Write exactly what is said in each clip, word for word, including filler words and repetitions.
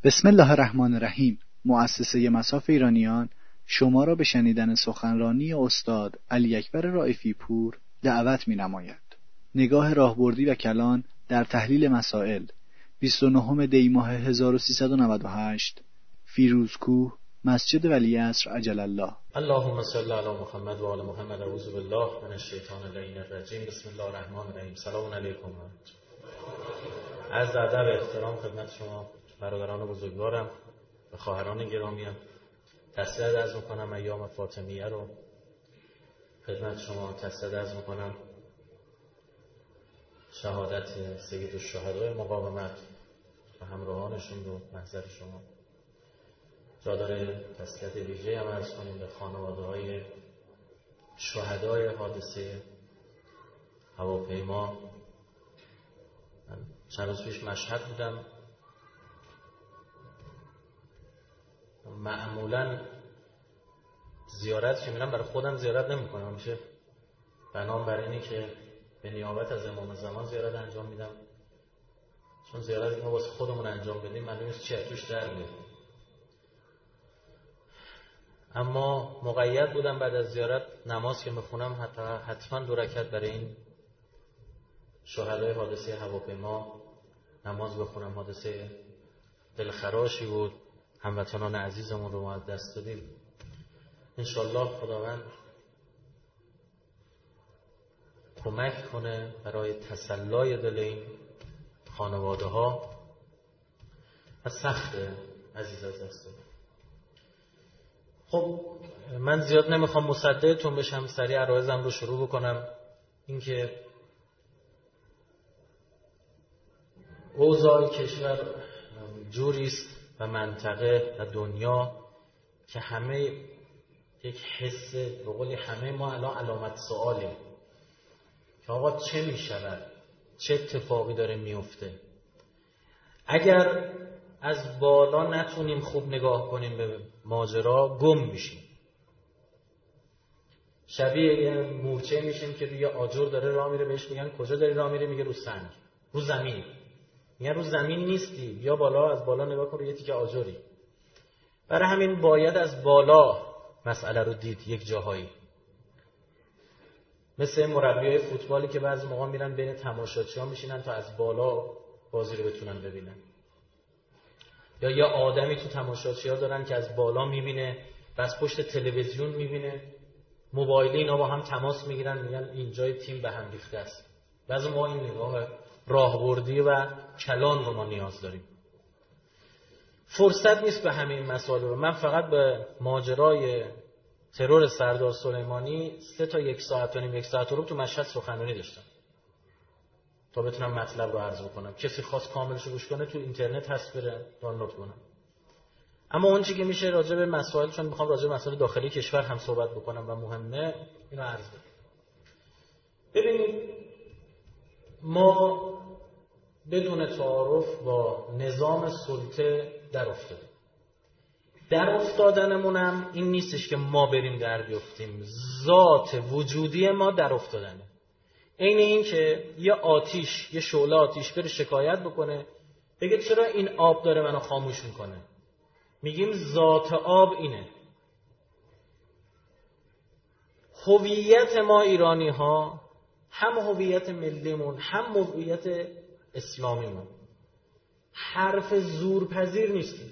بسم الله الرحمن الرحیم. مؤسسه مصاف ایرانیان شما را به شنیدن سخنرانی استاد علی اکبر رائفی پور دعوت می‌نماید. نگاه راهبردی و کلان در تحلیل مسائل. بیست و نهم دی ماه هزار و سیصد و نود و هشت، فیروزکوه، مسجد ولیعصر عجل الله. اللهم صل علی محمد و آل محمد. اعوذ بالله من الشیطان اللعین الرجیم. بسم الله الرحمن الرحیم. سلام علیکم. عرض ادب احترام خدمت شما برادران بزرگوارم و خواهران گرامیم. تسلیت عرض می‌کنم ایام فاطمیه رو خدمت شما تسلیت عرض می‌کنم. شهادت سید الشهدای مقاومت و همراهانشون رو محضر شما جا داره. تسلیت ویژه هم عرض کنیم به خانواده‌های شهدای حادثه هواپیما. من چند روز پیش مشهد بودم. معمولا زیارت که میرم برای خودم زیارت نمی کنم، میشه بنام برای اینی که به نیابت از امام زمان زیارت انجام میدم، چون زیارت ما واسه خودمون انجام بدیم معلومه نیست چی توش در میاد. اما مقید بودم بعد از زیارت نماز که میخونم حتی حتما دو رکعت برای این شهدای حادثه هواپیما نماز بخونم. حادثه دلخراشی بود، هموطنان عزیزمون رو ما از دست دادیم. انشالله خداوند کمک کنه برای تسلای دل این خانواده ها و سخت عزیز از دست دادیم. خب من زیاد نمیخوام مصدقتون بشم، سریع عرایزم رو شروع بکنم. اینکه اوضاع کشور جوریست و منطقه و دنیا که همه یک حس به قولی همه ما الان علامت سوالیم که آقا چه میشود، چه اتفاقی داره میفته. اگر از بالا نتونیم خوب نگاه کنیم به ماجرا گم میشیم، شبیه یه مورچه میشیم که روی آجر داره راه میره، بهش میگن کجا داری راه میره، میگه رو سنگ، رو زمین. میگن رو زمین نیستی، یا بالا، از بالا نگاه کن روی تیکه آجری. برای همین باید از بالا مسئله رو دید. یک جاهایی مثل مربیای فوتبالی که بعضی موقع میرن بین تماشاچی‌ها میشینن تا از بالا بازی رو بتونن ببینن، یا یا آدمی تو تماشاچی‌ها دارن که از بالا میبینه و از پشت تلویزیون میبینه. موبایلی اینا با هم تماس میگیرن، میگن اینجای تیم به هم ریخته است. بعضی ما این نگاه راهبردی و کلان رو ما نیاز داریم. فرصت نیست به همه این مسائل رو. من فقط به ماجرای ترور سردار سلیمانی سه تا یک ساعت و نیم یک ساعت رو تو مشهد سخنرانی داشتم تا بتونم مطلب رو عرض کنم. کسی خواست کاملش رو گوش کنه تو اینترنت هست، بره دانلود کنم. اما اون چیزی که میشه راجع به مسائل، چون میخوام راجع به مسائل داخلی کشور هم صحبت بکنم و مهمه، اینو عرض کنم. ببینید ما بدون تعارف با نظام سلطه در افتادیم. در افتادنمونم این نیستش که ما بریم در بیفتیم، ذات وجودی ما در افتادنه. این این که یه آتیش، یه شعله آتیش بره شکایت بکنه، بگه چرا این آب داره منو خاموش میکنه. میگیم ذات آب اینه. هویت ما ایرانی ها، هم هویت ملیمون هم هویت اسلامیمون، حرف زورپذیر نیستیم.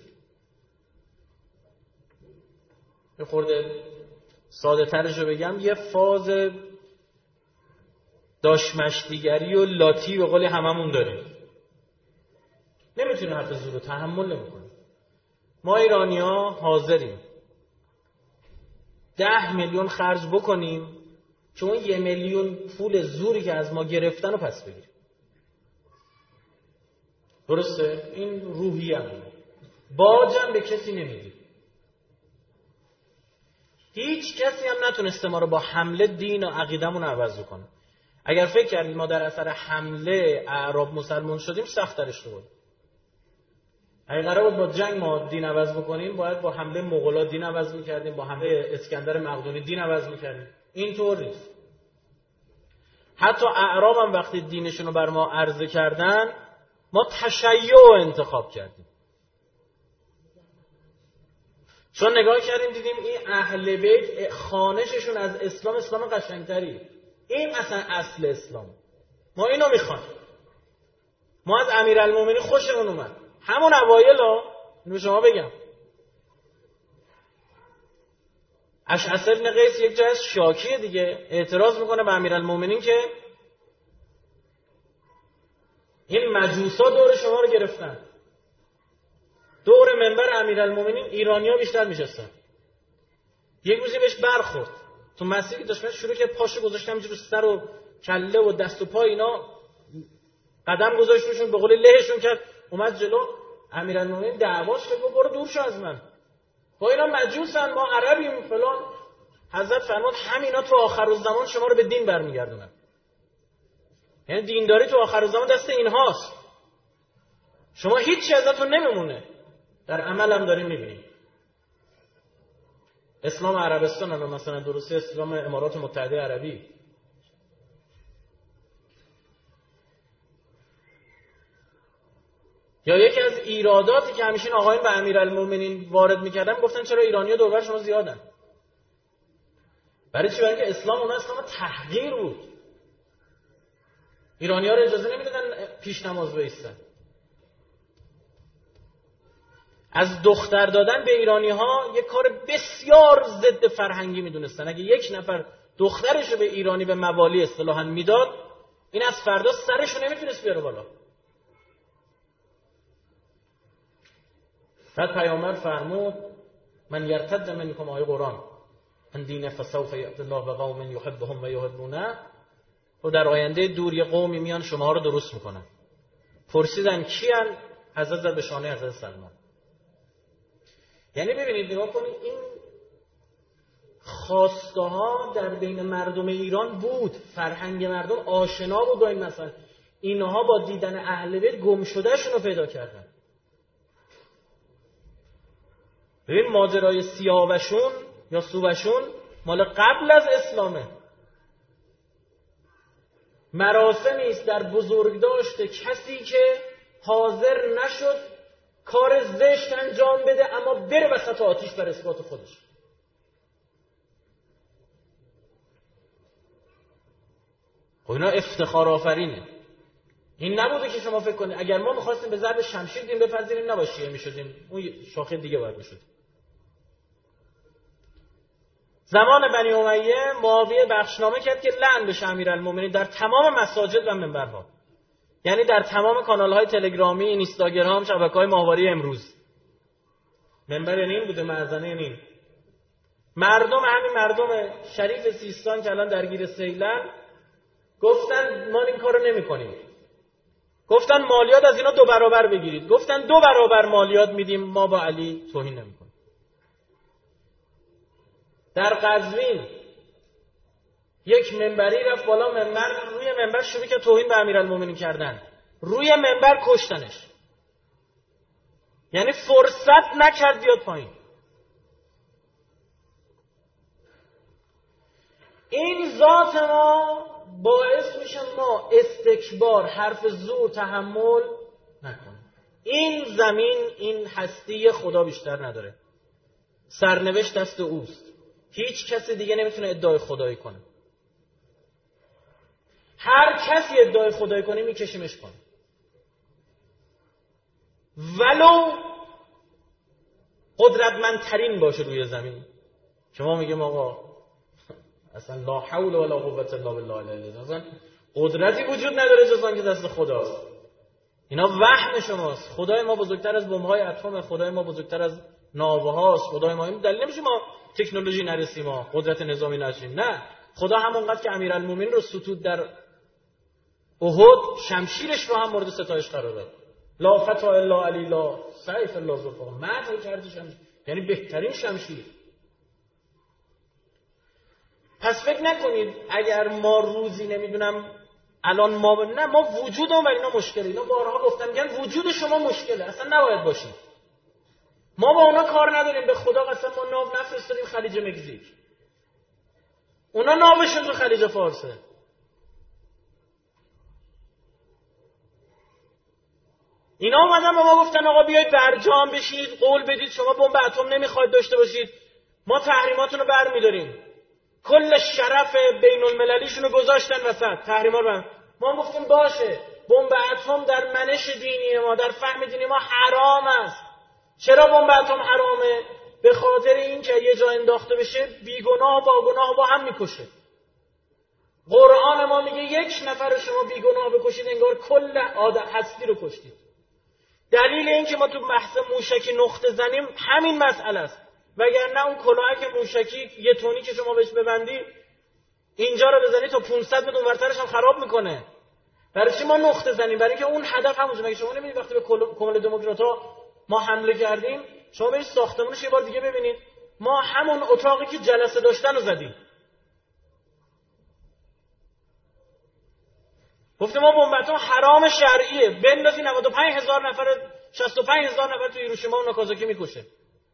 یه خورده ساده ترش رو بگم، یه فاز داشمشتیگری و لاتی به قول هممون داریم. نمیتونیم حرف زور رو تحمل نمیکنیم. ما ایرانی ها حاضریم ده میلیون خرج بکنیم که اون یه میلیون پول زوری که از ما گرفتن رو پس بگیریم. درسته؟ این روحیه همونه. باجم به کسی نمیدیم. هیچ کسی هم نتونسته ما رو با حمله دین و عقیدمون عوض کنه. اگر فکر کردیم ما در اثر حمله اعراب مسلمان شدیم، سخت درش رو بود. اگر قرار بود با جنگ ما دین عوض بکنیم، باید با حمله مغولا دین عوض میکردیم، با حمله اسکندر مقدونی دین عوض میکردیم. اینطور نیست. حتی اعراب هم وقتی دینشون رو بر ما عرضه کردن، ما تشیع انتخاب کردیم. چون نگاه کردیم دیدیم این اهل بیت خانششون از اسلام اسلام قشنگتری. این اصلا اصل اسلام. ما اینو میخوایم. ما از امیرالمومنین خوشمون اومد. همون اوایلا اینو شما بگم. اشعث ابن قیس یک جای از شاکیه دیگه، اعتراض میکنه به امیرالمومنین که این مجوسا دور شما رو گرفتن. دور منبر امیرالمومنین ایرانی‌ها بیشتر میشستن. یک روزی بهش برخورد. تو مسیری که داشت شروع کرد پاشو گذاشتم اینجوری رو سر و کله و دست و پا اینا قدم گذاشت روشون، به قول لهشون کرد، اومد جلو. امیرالمومنین دعواش کرد، برو دور شو از من. با اینا مجوسن، ما عربیم فلان. حضرت فرمود همینا تو آخر الزمان شما رو به دین برمیگردونن. یعنی دینداری تو آخر الزمان دست اینهاست. شما هیچ چیز ازتون نمیمونه. در عمل هم داریم میبینیم. اسلام عربستان هم مثلا درسته اسلام امارات متحده عربی. یا یکی از ایراداتی که همیشه آقایون به امیرالمومنین وارد میکردن، گفتن چرا ایرانی‌ها دور بر شما زیادن؟ برای چی؟ برای اینکه اسلام اون اسلام تحقیر بود. ایرانی‌ها رو اجازه نمیدادن پیش نماز بایستن. از دختر دادن به ایرانی‌ها یک کار بسیار ضد فرهنگی میدونستن. اگه یک نفر دخترش رو به ایرانی به موالی اصطلاحاً میداد، این از فردا سرش رو نمیتونست بیاره بالا. بعد پیامبر فرمود من یرتد منکم، آیه قرآن، ان دین فسوف یأتی الله بقوم یحبهم و یحبونه. و در آینده دور یه قومی میان شما رو درست میکنن. پرسیدن کیان؟ حضرت زد به شانه حضرت سلمان. یعنی ببینید نگاه کنید، این خواسته ها در بین مردم ایران بود، فرهنگ مردم آشنا بود با این مسئله. اینها با دیدن اهل بیت گم شده شون رو پیدا کردن. ببین ماجرای سیاوشون یا سووشون مال قبل از اسلامه. مراسمی است در بزرگداشت کسی که حاضر نشد کار زشت انجام بده اما بره وسط آتیش بر اثبات خودش. خب اینا افتخار آفرینه. این نبوده که شما فکر کنید اگر ما می‌خواستیم به ضرب شمشیر دین بپذیریم نباشیم می‌شدیم، اون شاخه دیگه باید می‌شد. زمان بنی امیه معاویه بخشنامه کرد که لعن بشه امیرالمومنین در تمام مساجد و منبرها. یعنی در تمام کانال‌های تلگرامی، اینستاگرام، شبکه‌های ماهواره امروز. منبر این بوده، مأذنه این. مردم، همین مردم شریف سیستان که الان درگیر سیلن، گفتن ما این کارو نمی‌کنیم. گفتن مالیات از اینا دو برابر بگیرید. گفتن دو برابر مالیات میدیم، ما با علی توهین نمی‌کنیم. در قزوین یک منبری رفت بالا منبر، روی منبر شروع کرد توهین به امیرالمومنین کردن. روی منبر کشتنش. یعنی فرصت نکرد بیاد پایین. این ذات ما باعث میشه ما استکبار، حرف زور، تحمل نکنیم. این زمین، این هستی خدا بیشتر نداره. سرنوشت دست اوست. هیچ کسی دیگه نمیتونه ادعای خدایی کنه. هر کسی ادعای خدایی کنه میکشیمش کنه. ولو قدرتمندترین باشه روی زمین. شما میگیم آقا اصلا لا حول ولا قوت الا بالله العلی العظیم، قدرتی وجود نداره جز آن که دست خداست. اینا وهم شماست. خدای ما بزرگتر از بمب‌های اتم، خدای ما بزرگتر از ناوه‌هاست. خدای ما این دلیل نمیشه ما تکنولوژی نرسیم، ما قدرت نظامی نشیم. نه، خدا همونقدر که امیرالمومنین رو ستود در احد، شمشیرش رو هم مورد ستایش قرار داد. لا فتا الا علی، لا سیف الا ذوالفقار. مدح کرد شمشیر، یعنی بهترین شمشیر. پس فکر نکنید اگر ما روزی نمیدونم الان ما ب... نه، ما وجودمون برای اینا مشکله. اینا بارها گفتم میگن وجود شما مشکله، اصلا نباید باشید. ما با اونا کار نداریم. به خدا قسم ما ناو نفرستادیم خلیج مکزیک، اونا ناوشون تو خلیج فارسه. اینا اومدن به ما گفتن آقا بیایید برجام بشید، قول بدید شما بمب اتم نمیخواید داشته باشید، ما تحریماتون رو برمی‌داریم. کل شرف بین المللیشون رو گذاشتن وسط، تحریما رو. ما هم گفتیم باشه، بمب اتم در منش دینی ما، در فهم دینی ما حرام است. چرا بمب اتم حرامه؟ به خاطر این که یه جا انداخته بشه بیگناه با گناه با هم میکشه. قرآن ما میگه یک نفر شما بیگناه بکشید انگار کل آدم هستی رو کشتید. دلیل این که ما تو بحث موشکی نقطه زنیم همین مسئله است. وگرنه اون کلاهک موشکی یه تونی که شما بهش ببندی اینجا رو بزنی تا پانصد متر اونورترش هم خراب میکنه. برای چی ما نقطه زنیم؟ برای اینکه اون هدف همونجا. مگه شما نمیدید وقتی به کمال دموکرات‌ها ما حمله کردیم، شما برید ساختمونش یه بار دیگه ببینید، ما همون اتاقی که جلسه داشتن رو زدیم. گفتیم ما بمب اتم حرام شرعیه، بندازی نود و پنج هزار نفر شصت و پنج هزار نفر تو هیروشیما و ناکازاکی میکشه.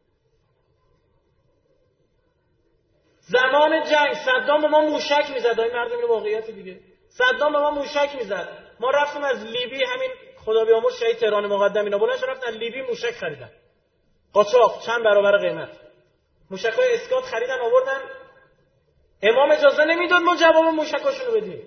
زمان جنگ صدام به ما موشک میزد، این مردم این واقعیت دیگه. صدام به ما موشک میزد، ما رفتیم از لیبی، همین خدا بیامرز شهید تهران مقدم اینا بلند رفتن از لیبی موشک خریدن، قاچاق، چند برابر قیمت موشکای اسکات خریدن آوردن. امام اجازه نمیداد ما جواب موشکاشونو بدیم.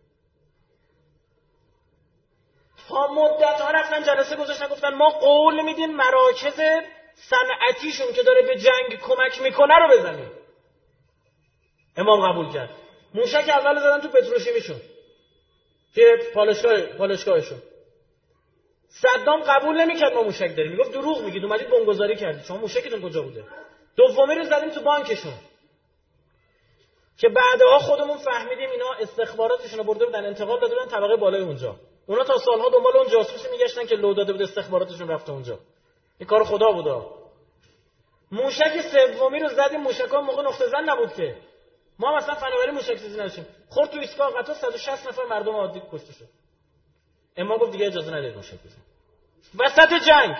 تا مدت ها رفتن جلسه گذاشتن گفتن ما قول میدیم مراکز صنعتیشون که داره به جنگ کمک میکنه رو بزنیم. امام قبول کرد. موشک اول زدن تو پتروشیمیشون که پالایشگاه پالایشگاهشون. صدام قبول نمیکرد ما موشک داریم، میگفت دروغ میگید، اومدید بمبگذاری کردید، شما موشکتون کجا بوده؟ دومی رو زدیم تو بانکشون که بعدها خودمون فهمیدیم اینا استخباراتشون رو برده بودن انتقال داده بودن طبقه بالای اونجا. اونا تا سالها دنبال اون جاسوسی میگشتن که لو داده بود استخباراتشون رفته اونجا. این کار خدا بوده. موشک سومی رو زدیم، موشک‌ها موقع نقطه زن نبود که. ما مثلا فناوری موشک سازی نداشتیم. خورد تو ایستگاه قطار صد و شصت نفر مردم عادی کشته شد. اما گفت دیگه اجازه ندید موشک بزنید. وسط جنگ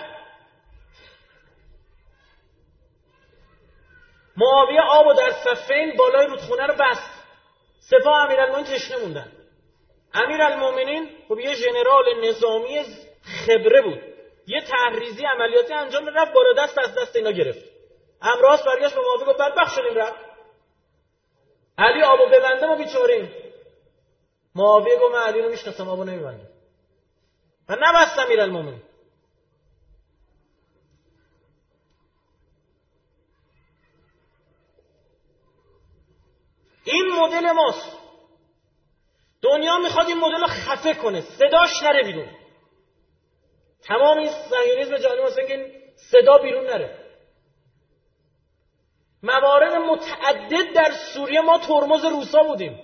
معاویه آبو در صفین بالای رودخونه رو بست. سپاه امیرالمومنین تشنه موندن. امیرالمومنین خب یه ژنرال نظامی خبره بود، یه تحریزی عملیاتی انجام رفت، بالا دست از دست اینا گرفت. امراض برگشت به معاویه گفت بدبخت شدیم رفت. علی آبو ببنده ما بیچاره‌ایم. معاویه گفت من علی رو میشناسم، آبو نمیبنده. و نبست امیرالمومنین. این مدل ماست. دنیا میخواد این مدل رو خفه کنه، صداش نره بیرون. تمام این صهیونیسم جهانی مثلا که صدا بیرون نره. موارد متعدد در سوریه ما ترمز روسا بودیم.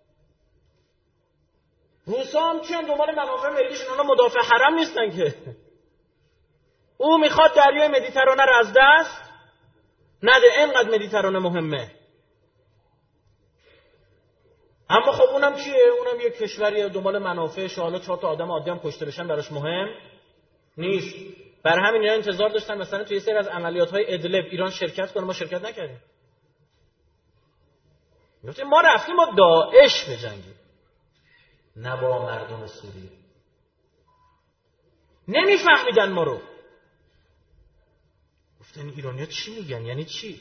روسا هم چون دنبال منافع ملیشون، اونا مدافع حرم نیستن که. او میخواد دریای مدیترانه رو از دست نده، اینقدر مدیترانه مهمه. اما خب اونم چیه؟ اونم یک کشوریه دنبال منافعش، حالا چهار تا آدم عادی هم کشته بشن براش مهم نیست. بر همین اینا انتظار داشتن مثلا توی سری از عملیات‌های ادلب ایران شرکت کنه، ما شرکت نکردیم. گفتیم ما رفتیم با داعش بجنگیم، نه با مردم سوریه. نمیفهمیدن ما رو. گفتن ایرانی‌ها چی میگن؟ یعنی چی؟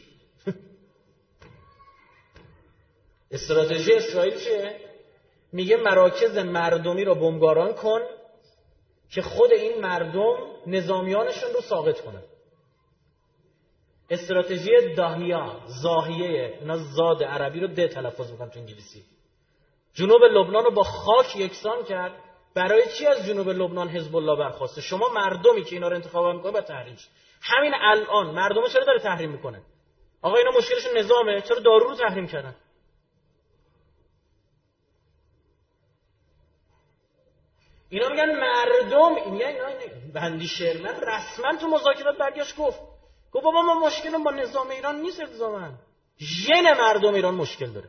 استراتژی اسرائیل چیه؟ میگه مراکز مردمی رو بمباران کن که خود این مردم نظامیانشون رو ساقط کنن. استراتژی داهیا، زاهیه، اینا زاد عربی رو ده تلفظ میکنن تو انگلیسی. جنوب لبنان رو با خاک یکسان کرد. برای چی از جنوب لبنان حزب الله برخواسته؟ شما مردمی که اینا رو انتخاب میکنه با تحریم. همین الان مردم چرا داره تحریم میکنه؟ آقا اینا مشکلشون نظامه، چرا دارو رو تحریم کردن؟ اینا میگن مردم، این یعنی بندی شرمن رسما تو مذاکرات برگشت گفت گفت بابا ما مشکلمون با نظام ایران نیست، الزاما ژن مردم ایران مشکل داره.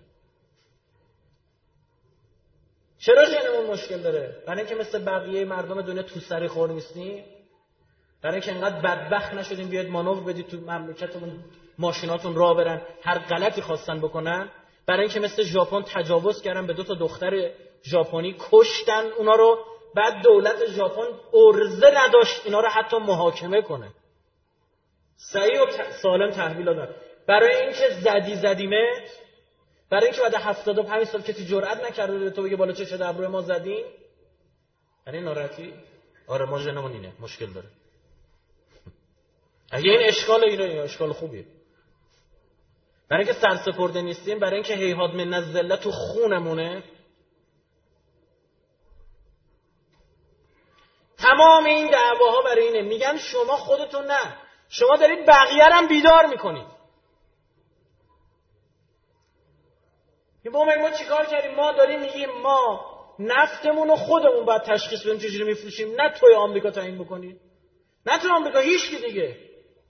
چرا ژنمون مشکل داره؟ برای اینکه مثل بقیه مردم دنیا تو سری خور نیستیم، برای اینکه انقدر بدبخت نشدیم بیاد مانور بدید تو مملکتمون ماشیناتون راه برن هر غلطی خواستن بکنن، برای اینکه مثل ژاپن تجاوز کردن به دو تا دختر ژاپنی، کشتن اونا رو، بعد دولت ژاپن ارزه نداشت اینا رو حتی محاکمه کنه. صحیح و سالم تحویل دادن. برای اینکه زدی زدیمت، برای اینکه بعد هفتاد و پنج سال کسی جرئت نکرده تو بگه بالا چه شده ابروی ما زدین. یعنی ناراحتی؟ آره ما ژنمون اینه، مشکل داره. اگه این اشکال اینه، اشکال خوبیه. برای اینکه سرسپرده نیستیم، برای اینکه هیهات من الذلت تو خونمونه. تمام این دعواها برای اینه. میگن شما خودتون نه، شما دارید بقیه هم بیدار میکنید. با ما چیکار کردیم؟ ما داریم میگیم ما نفتمون رو خودمون باید تشخیص بدیم چجوری میفروشیم، نه توی آمریکا تعیین بکنید، نه توی آمریکا هیچ کی دیگه.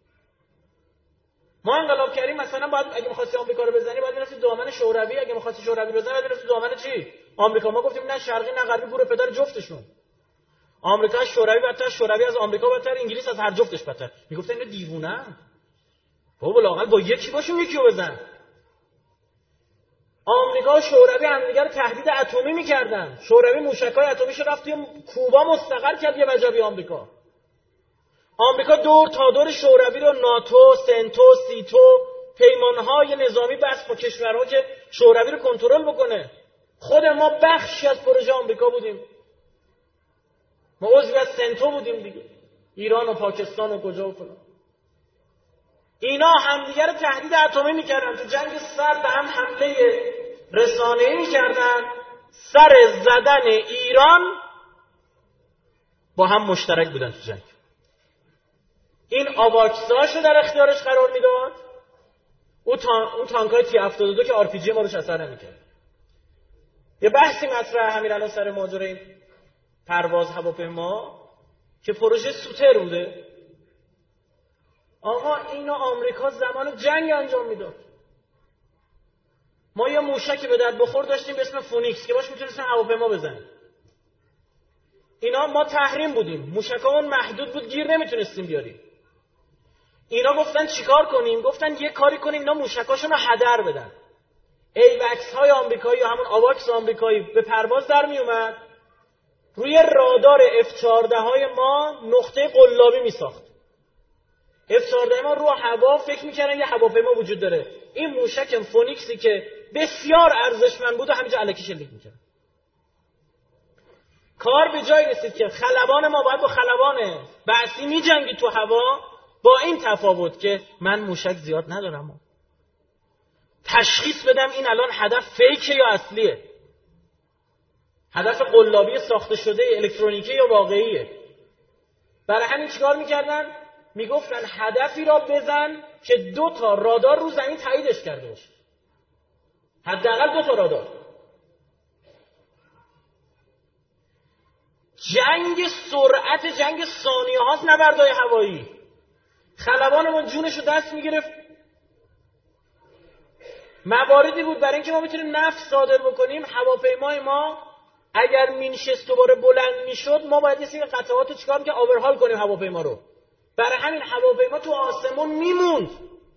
ما انقلاب کردیم مثلا باید اگه می‌خواستی آمریکا رو بزنی باید می‌رفتی دامن شوروی، اگه می‌خواستی شوروی بزنی باید می‌رفتی دامن چی؟ آمریکا. ما گفتیم نه شرقی نه غربی، گور پدر جفتشون. آمریکا از شوروی بدتر، شوروی از آمریکا بدتر، انگلیس از هر جفتش بدتر. میگفتن اینا دیوونه. بابا لااقل با یکی باشون یکی رو بزن. آمریکا و شوروی همدیگه رو تهدید اتمی می‌کردن. شوروی موشک‌های اتمیشو رفت توی کوبا مستقر کرد یه وجبی آمریکا. آمریکا دور تا دور شوروی رو ناتو، سنتو، سیتو، پیمان‌های نظامی بست با کشورها که شوروی رو کنترل بکنه. خود ما بخشی از پروژه آمریکا بودیم. ما عضوی از سنتو بودیم دیگه. ایران و پاکستان و کجا و فلان. اینا همدیگه رو تهدید اتمی می‌کردن. تو جنگ سرد هم حمله رسانه‌ای می‌کردن. سر زدن ایران با هم مشترک بودن تو جنگ. این آواکساشو در اختیارش قرار میداد. اون تان اون تانکای تی هفتاد و دو که آر پی جی ما روش اثر نمی‌کرد. یه بحثی مطرح همین الان سر ماجرای پرواز هواپیما که پروژه سوتر بوده. آقا اینو آمریکا زمان جنگ انجام میداد. ما یه موشک به درد بخور داشتیم به اسم فونیکس که باش میتونستیم هواپیما بزنیم. اینا ما تحریم بودیم، موشکامون محدود بود، گیر نمیتونستیم بیاریم. اینا گفتن چیکار کنیم؟ گفتن یه کاری کنیم اینا موشکاشون رو هدر بدن. ایوکس های آمریکایی یا همون آواکس آمریکایی به پرواز در می اومد، روی رادار اف چهارده های ما نقطه قلابی می ساخت. اف چهارده ما رو هوا فکر میکردن یه هواپیما وجود داره. این موشک فونیکسی که بسیار ارزشمند بود و همینجا الکی شلیک میکرد. کار به جای رسید که خلبان ما باید با خلبان بعثی میجنگی تو هوا، با این تفاوت که من موشک زیاد ندارم. تشخیص بدم این الان هدف فیکه یا اصلیه، هدف قلابی ساخته شده الکترونیکی یا واقعیه. برای همین چیکار میکردن؟ میگفتن هدفی را بزن که دو تا رادار رو زمین تاییدش کرده باشه، حداقل دو تا رادار. جنگ سرعت، جنگ ثانیه هاست، نبردهای هوایی. خلبانمون جونشو دست میگرفت. مواردی بود برای اینکه ما بتونیم نفت صادر بکنیم. هواپیمای ما اگر مینشست دوباره بلند میشد، ما باید یه سری قطعات رو چیکار که آورهال کنیم هواپیما رو. برای همین هواپیما تو آسمون میموند،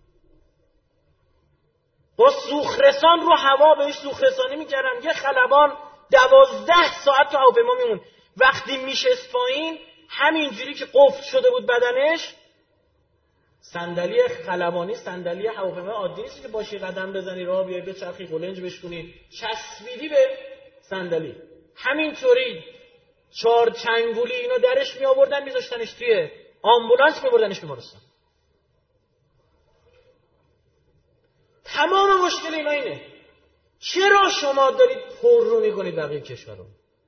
با سوخرسان رو هوا بهش سوخرسانی میکردن. یه خلبان دوازده ساعت تو هواپیما میموند. وقتی میشست پایین همینجوری که قفل شده بود بدنش، صندلی خلبانی صندلی هواپیما عادی نیست که باشی قدم بزنی راه بیای به چرخی قلنج بشکنی، چسبیدی به صندلی. همینطوری چهار چنگولی اینا درش می آوردن میذاشتنش توی آمبولانس میبردنش بیمارستان. تمام مشکل اینا اینه. چرا شما دارید پر رو میکنید بقیه کشورها؟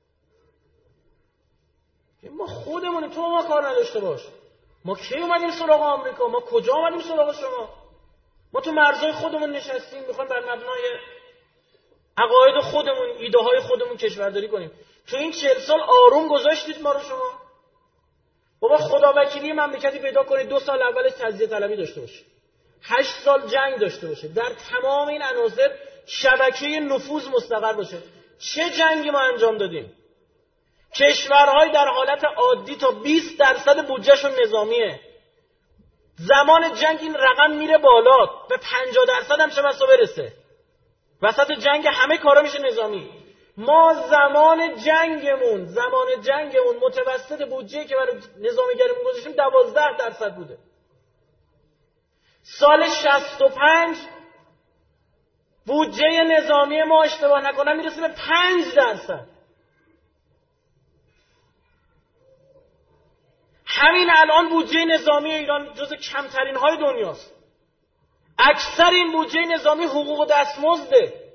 ما خودمونیم، تو ما کار نداشته باش. ما کی اومدیم سراغ آمریکا؟ ما کجا اومدیم سراغ شما؟ ما تو مرزهای خودمون نشستیم میخوایم بر مبنای عقاید خودمون، ایده های خودمون کشورداری کنیم. تو این چهل سال آروم گذاشتید ما رو شما. بابا خدا وکیلی مملکتی پیدا کنید دو سال اولش تجزیه طلبی داشته باشه، هشت سال جنگ داشته باشه، در تمام این عناصر شبکه نفوذ مستقر باشه. چه جنگی ما انجام دادیم؟ کشورهای در حالت عادی تا بیست درصد بودجهشون نظامیه. زمان جنگ این رقم میره بالا، به پنجاه درصد هم چه بسا برسه. وسط جنگ همه کارا میشه نظامی. ما زمان جنگمون زمان جنگمون متوسط بودجه که برای نظامیگریمون گذاشتیم دوازده درصد بوده. سال شصت و پنج بودجه نظامی ما اشتباه نکنم میرسه به پنج درصد. همین الان بودجه نظامی ایران جز کمترین های دنیاست. اکثر این بودجه نظامی حقوق و دستمزده.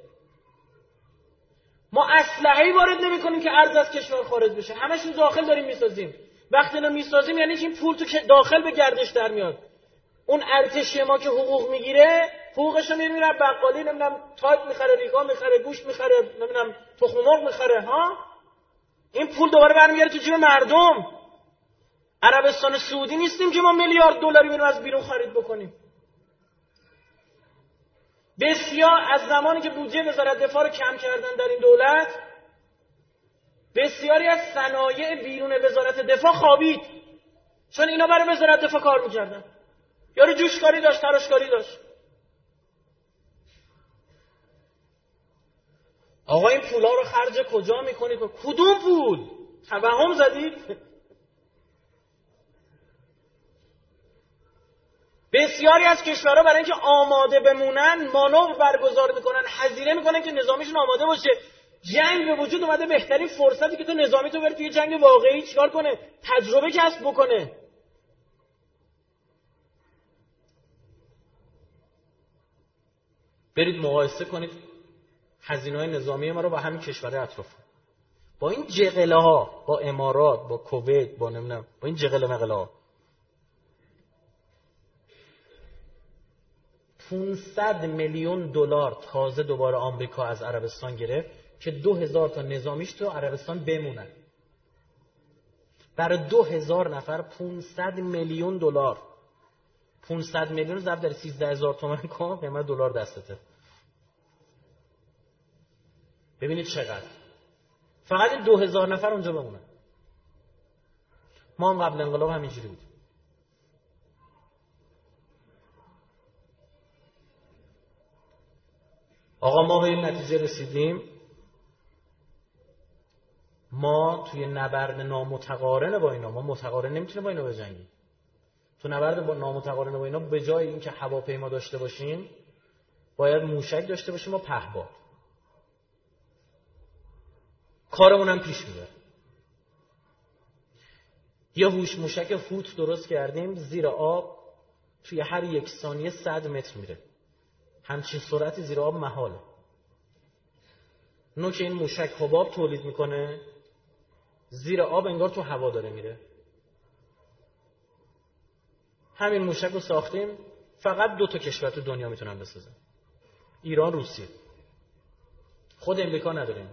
ما اسلحه‌ای وارد نمی‌کنیم که ارز از کشور خارج بشه، همشون داخل داریم میسازیم. وقتی اینا میسازیم یعنی این پول تو داخل به گردش در میاد. اون ارتش ما که حقوق میگیره، حقوقش رو میره بقالی، نمیدونم تایپ میخره، ریگا میخره، گوشت میخره، نمیدونم تخم مرغ میخره ها. این پول دوباره برمیگره تو جیب مردم. عربستان سعودی نیستیم که ما میلیارد دلاری بریم از بیرون خرید بکنیم. بسیار از زمانی که بودجه وزارت دفاع رو کم کردن در این دولت، بسیاری از صنایع بیرون وزارت دفاع خوابید، چون اینا برای وزارت دفاع کار میکردن. یارو جوشکاری داشت، تراشکاری داشت. آقا این پولا رو خرج کجا میکنید؟ کدوم پول؟ توهم زدید؟ بسیاری از کشورها برای اینکه آماده بمونن مانور برگزار میکنن، هزینه میکنن که نظامیشون آماده باشه. جنگ به وجود اومده، بهترین فرصتی که تو نظامی تو بری توی جنگ واقعی چیکار کنه؟ تجربه کسب بکنه. برید مقایسه کنید هزینه‌های نظامی ما رو با همین کشورهای اطراف، با این جغله ها، با امارات، با کویت، با نمیدونم با این جغله مغله ها. پانصد میلیون دلار تازه دوباره آمریکا از عربستان گرفت که دو هزار تا نظامیش تو عربستان بمونن. برای دو هزار نفر پانصد میلیون دلار. پانصد میلیون ضرب در سیزده هزار تومان کن، قیمت دلار دستته. ببینید چقدر. فقط این دو هزار نفر اونجا بمونن. ما هم قبل انقلاب همینجوری بودیم. آقا ما به این نتیجه رسیدیم ما توی نبرد نامتقارن با اینا، ما متقارن نمیتونیم با اینا بجنگیم. تو نبرد با نامتقارن با اینا به جای اینکه هواپیما داشته باشیم باید موشک داشته باشیم و پهباد. کارمون هم پیش میره. یه هوش موشک هوت درست کردیم، زیر آب توی هر یک ثانیه صد متر میره. همچین سرعتی زیر آب محاله. نوک این موشک حباب تولید میکنه، زیر آب انگار تو هوا داره میره. همین موشک رو ساختیم، فقط دو تا کشور تو دنیا میتونن بسازن، ایران، روسیه. خود امریکا نداریم.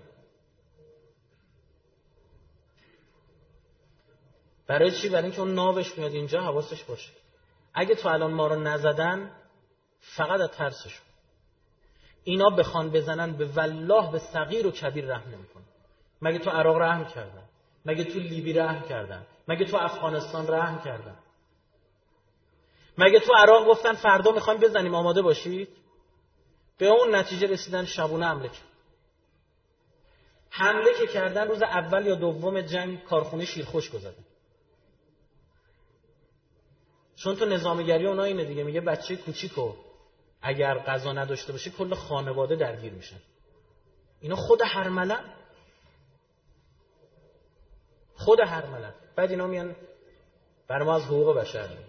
برای چی؟ برای اینکه اون ناوش میاد اینجا، حواسش باشه. اگه تو الان ما رو نزدن فقط از ترسشون. اینا بخوان بزنن به والله به صغیر و کبیر رحم نمیکنن. مگه تو عراق رحم کردن؟ مگه تو لیبی رحم کردن؟ مگه تو افغانستان رحم کردن؟ مگه تو عراق گفتن فردا میخوایم بزنیم آماده باشید؟ به اون نتیجه رسیدن، شبونه حمله کرد. حمله که کردن روز اول یا دوم جنگ کارخونه شیرخشک زدن. چون تو نظامیگری اونا اینه دیگه، میگه بچه کوچیکو اگر غذا نداشته باشه کل خانواده درگیر میشن. اینا خود هرملن، خود هرملن. بعد اینا میان بر ما از حقوق بشر میگن.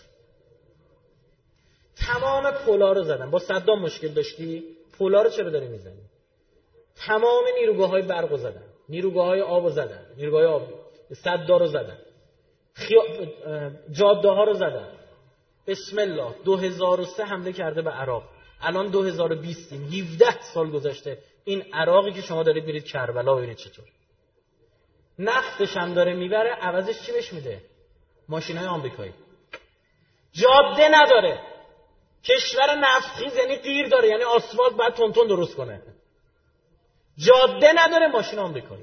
تمام پولا رو زدن. با صدام مشکل داشتی، پولا رو چرا داری میزنی؟ تمام نیروگاه‌های برق رو زدن، نیروگاه‌های آب رو زدن، نیروگاه‌های آب صدا رو زدن، خیا... جاده ها رو زدن. بسم الله. دو هزار و سه حمله کرده به عراق. الان دو هزار و بیست، هفده سال گذشته. این عراقی که شما دارید میرید کربلا، ببینید چطور. نفتش هم داره میبره، عوضش چی بهش میده؟ ماشینای آمریکایی. جاده نداره. کشور نفتخیز یعنی قیر داره، یعنی آسفالت باید تون تون درست کنه. جاده نداره، ماشین آمریکایی.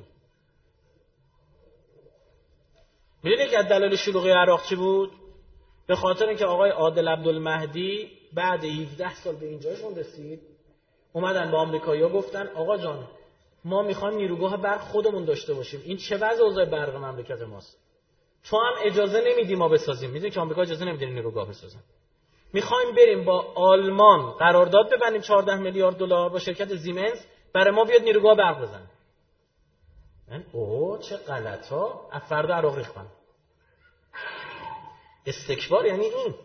میدونید که از دلایل شلوغی عراق چی بود؟ به خاطر اینکه آقای عادل عبدالمهدی بعد هفده سال به اینجاشون رسید، اومدن با آمریکایی‌ها گفتن آقا جان ما میخوایم نیروگاه برق خودمون داشته باشیم. این چه وضع اوضاع برق مملکت ماست؟ تو هم اجازه نمیدی ما بسازیم. میدونی که آمریکا اجازه نمیده نیروگاه بسازن. میخوایم بریم با آلمان قرارداد ببندیم چهارده میلیارد دلار با شرکت زیمنس برای ما بیاد نیروگاه برق بزنه. من اوه چه غلطا. فردا عراق ریختن. استکبار یعنی این.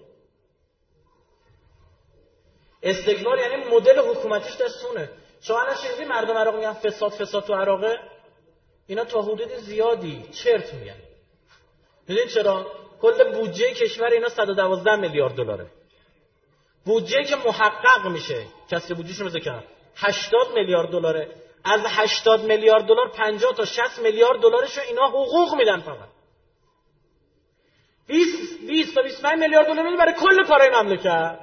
استکبار یعنی مدل حکومتیش دستونه. شما الان شنیدی مردم عراق میگن فساد فساد تو عراقه؟ اینا تا حدود زیادی چرت میگن. میدونید چرا؟ کل بودجه کشور اینا صد و دوازده میلیارد دلاره. بودجه که محقق میشه کسی بودجهشون رو ذکر کنه هشتاد میلیارد دلاره. از هشتاد میلیارد دلار پنجاه تا شصت میلیارد دلارشو اینا حقوق میدن فقط. بیست بیست تا بیست و پنج میلیارد دلار میدن برای کل کارهای مملکت.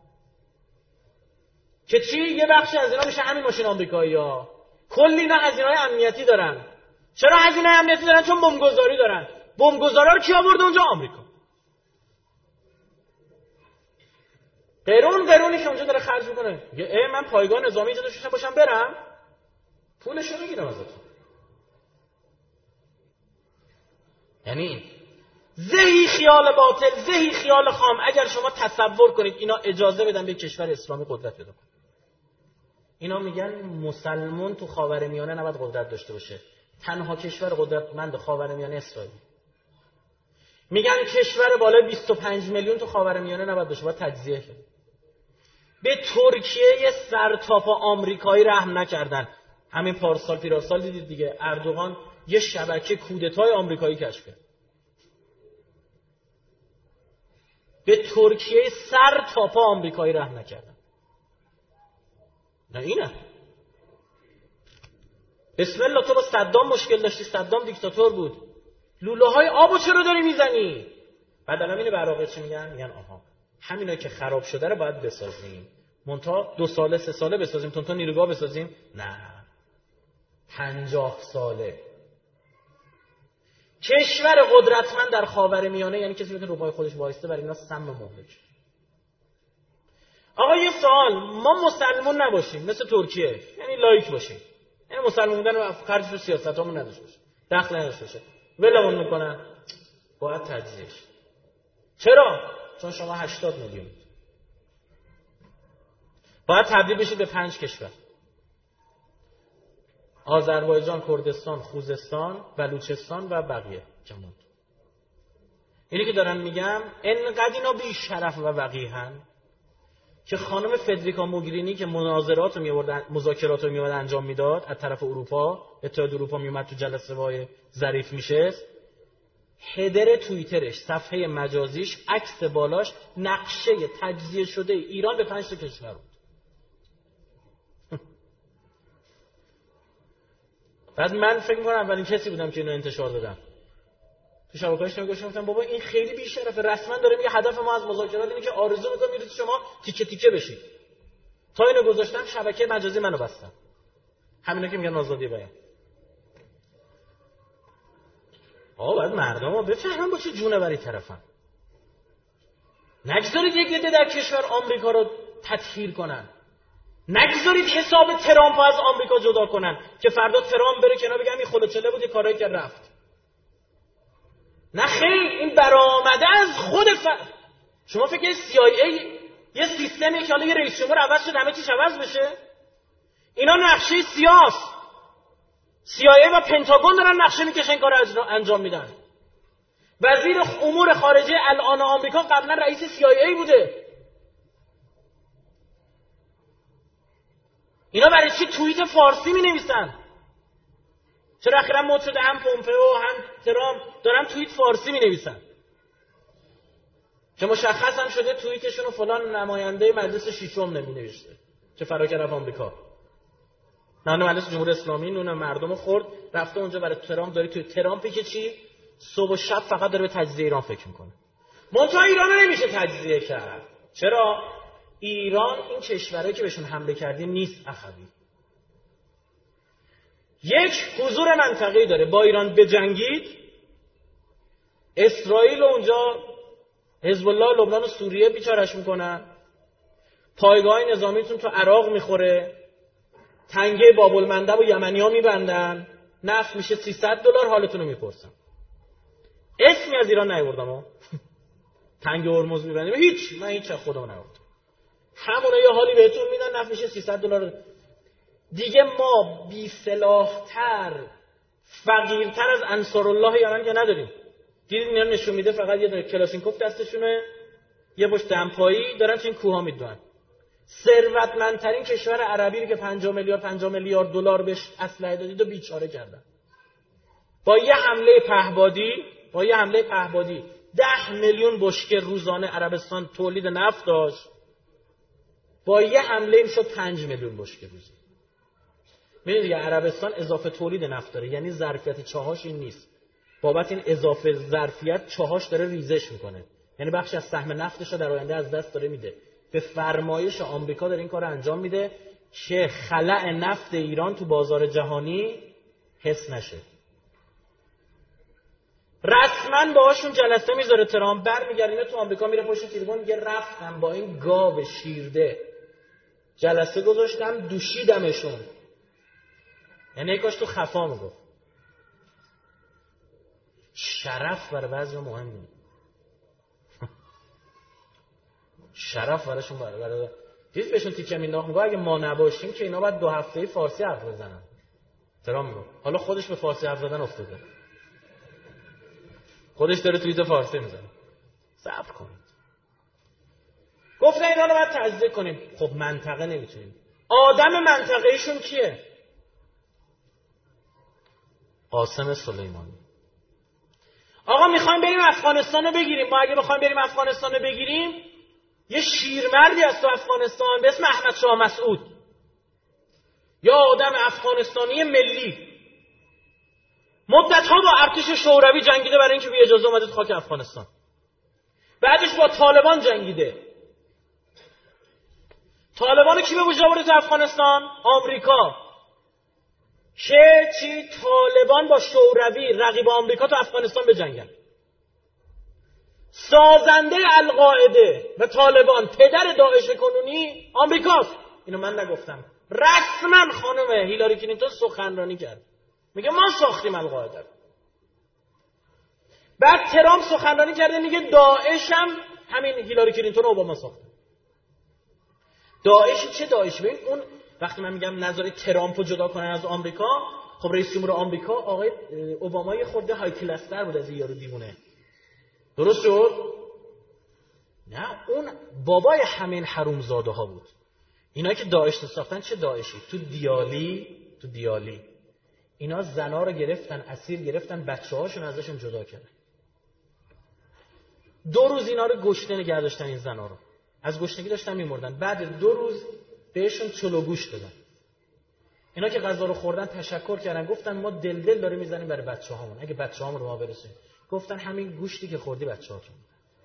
که چی؟ یه بخشی از اینا میشه همین ماشین آمریکایی‌ها. کلی اینا هزینه‌های امنیتی دارن. چرا هزینه امنیتی دارن؟ چون بمبگذاری دارن. بمبگذارا رو کی آورده اونجا؟ آمریکا. قرون قرونی که اونجا داره خرج میکنه. میگه ای من پایگاه نظامی اینجا داشته باشم برم پولشو میگیرم ازتون. یعنی زهی خیال باطل، زهی خیال خام. اگر شما تصور کنید اینا اجازه بدن به کشور اسلامی قدرت پیدا کنه. اینا میگن مسلمان تو خاورمیانه نباید قدرت داشته باشه. تنها کشور قدرتمند خاورمیانه اسرائیل. میگن کشور بالای بیست و پنج میلیون تو خاورمیانه نباید باشه، باید تجزیه شه. به ترکیه سر تا پا آمریکایی رحم نکردن. همین پارسال پیراسال دیدید دیگه اردوغان یه شبکه کودتای آمریکایی کشف کرد. به ترکیه سر تا پا آمریکایی رحم نکردن. نه اینه. بسم الله تو با صدام مشکل داشتی، صدام دیکتاتور بود. لوله های آبو چرا داری میزنی؟ بعد الان اینو عراق چی میگن؟ میگن آها همینا که خراب شده رو باید بسازیم. مونتا دو ساله سه ساله بسازیم، تونتا نیروگاه بسازیم؟ نه. پنجاه ساله. کشور قدرتمند در خاورمیانه یعنی کسی که رو پای خودش وایسته برای اینا سم مهلک. آقا یه سوال، ما مسلمون نباشیم مثل ترکیه، یعنی لایک باشیم، یعنی مسلمون بودن خرج تو سیاستامون نداشته باشه، دخل نداشته باشه، ولمون میکنن، باید تجزیه شه. چرا؟ چون شما هشتاد میلیون باید تبدیل بشید به پنج کشور: آذربایجان، کردستان، خوزستان، بلوچستان و بقیه که موند. اینی که دارم میگم انقدر اینا بی شرف و وقیحن که خانم فدریکا موگرینی که مناظرات رو می‌آورد، مذاکرات رو می‌آورد انجام میداد از طرف اروپا، اتحاد اروپا میومد تو جلسه وای ظریف میشه، هدر توییترش، صفحه مجازیش، عکس بالاش نقشه تجزیه شده ایران به پنج تا کشور بود. بعد من فکر می‌کنم اولین کسی بودم که اینو انتشار دادم. تو شبکه‌های اجتماعی گفتم بابا این خیلی بی‌شرفه، رسما داره میگه هدف ما از مذاکرات اینه که آرزو می‌کنم میرید شما تیکه تیکه بشید. تا اینو گذاشتم شبکه مجازی منو بستن. همینا که میگن آزادی بیان. آقا بعد مردمو بفهمن با چه جونوری طرفن. نگذارید یک عده در کشور آمریکا رو تطهیر کنن. نگذارید حساب ترامپ از آمریکا جدا کنن که فردا ترامپ بره کنار بگم این خلوچله بود یه کارایی که رفت. نه خیر، این برآمده از خود ف... شما فکر سی آی ای یه سیستمیه که حالا یه رئیس جمهور عوض شد همه چیز عوض بشه؟ اینا نقشه سیاست. سی آی ای و پنتاگون دارن نقشه میکشن کار انجام میدن. وزیر امور خارجه الان آمریکا قبلا رئیس سی آی ای بوده. اینا برای چی توییت فارسی می نویسن؟ چرا اخیراً مد شده هم پومپئو هم ترامپ دارن توییت فارسی می نویسن که مشخص هم شده توییتشون رو فلان نماینده مجلس ششم نمی نوشته که فرار کرد آمریکا. نه مجلس جمهوری اسلامی نون مردم خورد رفته اونجا برای ترامپ. داری توی ترامپی که چی صبح و شب فقط داره به تجزیه ایران فکر میکنه. منتها ایران رو نمیشه تجزیه کرد. چرا؟ ایران این کشورهایی که بهشون حمله کردیم نیست اخوی. یک حضور منطقه‌ای داره. با ایران بجنگید، اسرائیل و اونجا حزب الله لبنان و سوریه بیچارهش میکنن، پایگاه نظامیتون تو عراق میخوره، تنگه باب المندب و یمنی‌ها میبندن، نفت میشه سیصد دلار، حالتون رو میپرسم. اسمی از ایران نیاوردم ها. تنگه هرمز میبندیم هیچ، من هیچ از خودم نیاوردم. همونه یه حالی بهتون میدن، نفت میشه سیصد دلار. دیگه ما بی سلاح‌تر، فقیرتر از انصارالله یمن که نداریم. دیدید اینا نشون میده فقط یه دونه کلاشینکوف دستشونه، یه مشت دمپایی دارن تو این کوها میدونن. ثروتمندترین کشور عربی رو که پنجاه میلیارد پنجاه میلیارد دلار بهش اسلحه دادید و بیچاره کردن. با یه حمله پهبادی، با یه حمله پهبادی ده میلیون بشکه روزانه عربستان تولید نفت داشت. با یه حمله میشد پنج میلیون بشکه روزانه. میدونید دیگه عربستان اضافه تولید نفت داره، یعنی ظرفیت چاهاش این نیست. بابت این اضافه ظرفیت چاهاش داره ریزش میکنه، یعنی بخشی از سهم نفتش رو در آینده از دست داره میده. به فرمایش آمریکا داره این کار انجام میده که خلأ نفت ایران تو بازار جهانی حس نشه. رسما باهاشون جلسه میذاره ترامپ، برمیگردونه تو آمریکا میره پشت تلفن میگه رفتم با این گاو شیرده جلسه گذاشتم دوشیدمشون. یعنی کاش تو خفا میگفت. شرف برای بعضی مهمه. شرف براشون برای برای دیز بهشون تیکه مینداخت میگه اگه ما نباشیم که اینا باید دو هفته فارسی حرف بزنن. ترامپ میگه حالا خودش به فارسی حرف زدن افتاده. خودش داره توییت فارسی میزنه. صبر کنید. گفتن اینا رو باید تجزیه کنیم. خب منطقه نمیتونیم. آدم منطقه ایشون کیه؟ قاسم سلیمانی. آقا میخوایم بریم افغانستان رو بگیریم. ما اگه بخوایم بریم افغانستان رو بگیریم، یه شیرمردی از تو افغانستان به اسم احمد شاه مسعود، یا آدم افغانستانی ملی، مدت‌ها با ارتش شوروی جنگیده برای اینکه بی اجازه اومده تو خاک افغانستان. بعدش با طالبان جنگیده. طالبان کی به وجود آورده تو افغانستان؟ آمریکا. که چی؟ طالبان با شوروی رقیب آمریکا تو افغانستان بجنگن. سازنده القاعده و طالبان، پدر داعش کنونی آمریکاست. اینو من نگفتم، رسما خانم هیلاری کلینتون سخنرانی کرد، میگه ما ساختیم القاعده. بعد ترامپ سخنرانی کرده میگه داعش هم همین هیلاری کلینتون و اوباما ساخته. داعش چه داعش؟ ببین اون وقتی من میگم نظر ترامپ رو جدا کنن از آمریکا، خب رئیس جمهور آمریکا آقای اوباما یه خورده های کلاستر بود از این یارو دیوونه. درست شد؟ نه، اون بابای همین حرومزاده ها بود. اینا که داعش ساختن چه داعشی؟ تو دیالی، تو دیالی اینا زنا رو گرفتن، اسیر گرفتن، بچه‌هاشون ازشون جدا کردن. دو روز اینا رو گشنه نگه داشتن، این زنا رو از گشنگی داشتن میمردن. بعد دو روز بهشون چلو گوش دادن. اینا که غذا رو خوردن تشکر کردن، گفتن ما دل دل داریم میزنیم برای بچه‌هامون، اگه بچه‌هامون رو ما برسیم. گفتن همین گوشتی که خوردی بچه‌هاتون.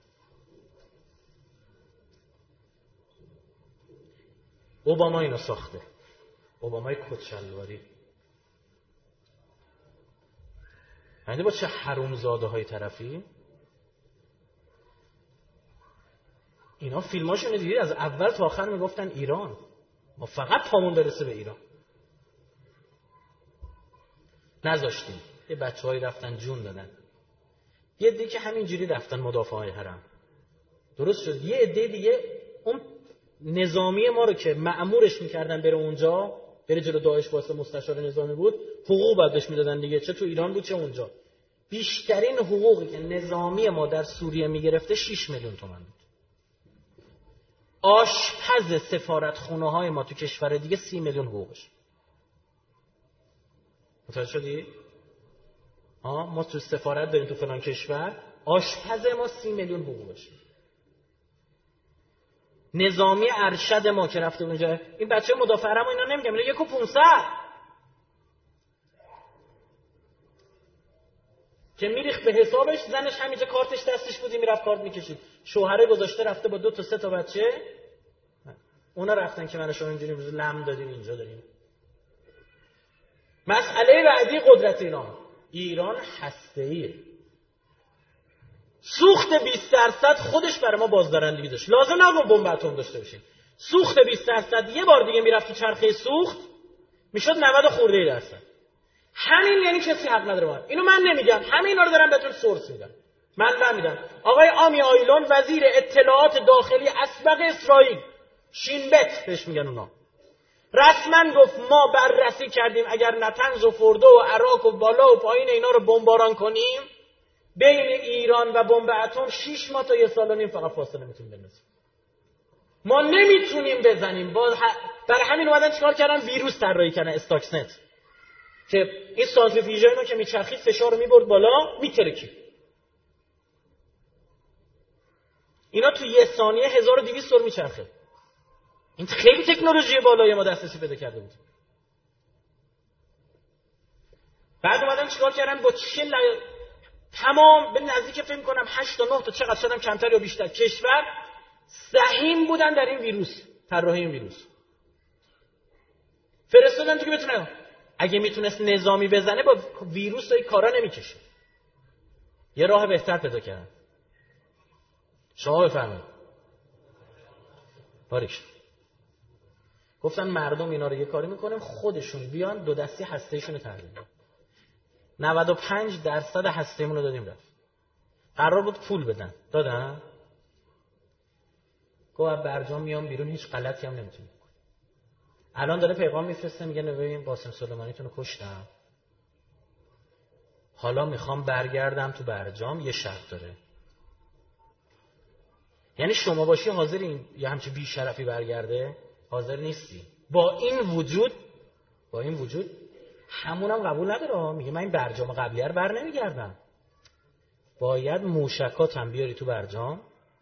اوباما اینو ساخته. اوبامای کچلواری. یعنی با چه حرومزاده های طرفی؟ اینا فیلماشون رو دیدید از اول تا آخر میگفتن ایران، ما فقط پامون برسه به ایران. نذاشتیم. یه بچه‌هایی رفتن جون دادن. یه عده که همینجوری رفتن مدافعای حرم. درست شد. یه عده دیگه اون نظامی ما رو که مأمورش میکردن بره اونجا، بره جلو داعش واسه مستشار نظامی بود، حقوق بعدش میدادن دیگه، چه تو ایران بود چه اونجا. بیشترین حقوقی که نظامی ما در سوریه میگرفته شش میلیون تومان بود. آشپز سفارتخونه های ما تو کشور دیگه سی میلیون حقوقش. متوجه شدی؟ آه ما تو سفارت داریم تو فلان کشور، آشپز ما سی میلیون حقوقش. نظامی ارشد ما که رفته اونجا، این بچه مدافع حرم اینا نمیگم، اینا یک و پونصد که میریخت به حسابش، زنش همینجا کارتش دستش بودی میرفت کارت میکشید، شوهره گذاشته رفته با دو تا سه تا بچه، اونا رفتن که من شما اینجوری لم دادیم اینجا داریم. مسئله بعدی قدرت ایران. ایران هسته‌ایه. سوخت بیست درصد خودش برای ما بازدارندگی داشت. لازم نبود بمب اتم داشته باشیم. سوخت بیست درصد یه بار دیگه میرفت تو چرخه سوخت، میشد نود خورده درصد. همین یعنی کسی حق نداره باید. اینو من نمیگم، همه اینا رو دارم بهتون سورس میدم. من نمیدم. آقای آمی آیلون وزیر اطلاعات داخلی اسبق اسرائیل، شینبت بهش میگن اونا، رسما گفت ما بررسی کردیم اگر نتنز و فردو و عراق و بالا و پایین اینا رو بمباران کنیم بین ایران و بمب اتم شش ماه تا یک سال و نیم فقط فاصله میتونیم بندازیم. ما نمیتونیم بزنیم. برای همین اومدن چیکار کردن؟ ویروس طراحی کردن، استاکسنت، که این سانتریفیوژ اینو که میچرخید فشار رو میبرد بالا میترکید. اینا تو یه ثانیه هزار و دویست طور میچرخه. این خیلی تکنولوژی بالایی ما دسترسی پیدا کرده بود. بعد اومدن چیکار کردن؟ با چه ل... تمام به نزدیک فکر کنم هشت تا نه تا چقدر شدم کمتر یا بیشتر کشور سهیم بودن در این ویروس، طراحی این ویروس. فرستادن که بتونه، اگه میتونست نظامی بزنه با ویروس این کارا نمیکشه. یه راه بهتر پیدا کردن. شما بفرمایید. باریش. گفتن مردم اینا رو یه کاری میکنیم خودشون بیان دو دستی هسته‌ایشون رو تحلیل کنن. نود و پنج درصد هسته‌مون رو دادیم رفت. قرار بود پول بدن. دادن؟ گفت برجام میام بیرون هیچ غلطی هم نمیتونیم بکنیم. الان داره پیغام میفرسته میگه ببین قاسم سلیمانیتون رو کشتم. حالا میخوام برگردم تو برجام، یه شرط داره. یعنی شما باشی حاضرین یا همچین بی شرفی برگرده؟ حاضر نیستی. با این وجود با این وجود همونم قبول نداره. میگه من این برجام قبلیه رو بر نمیگردم. باید موشکاتم بیاری تو برجام.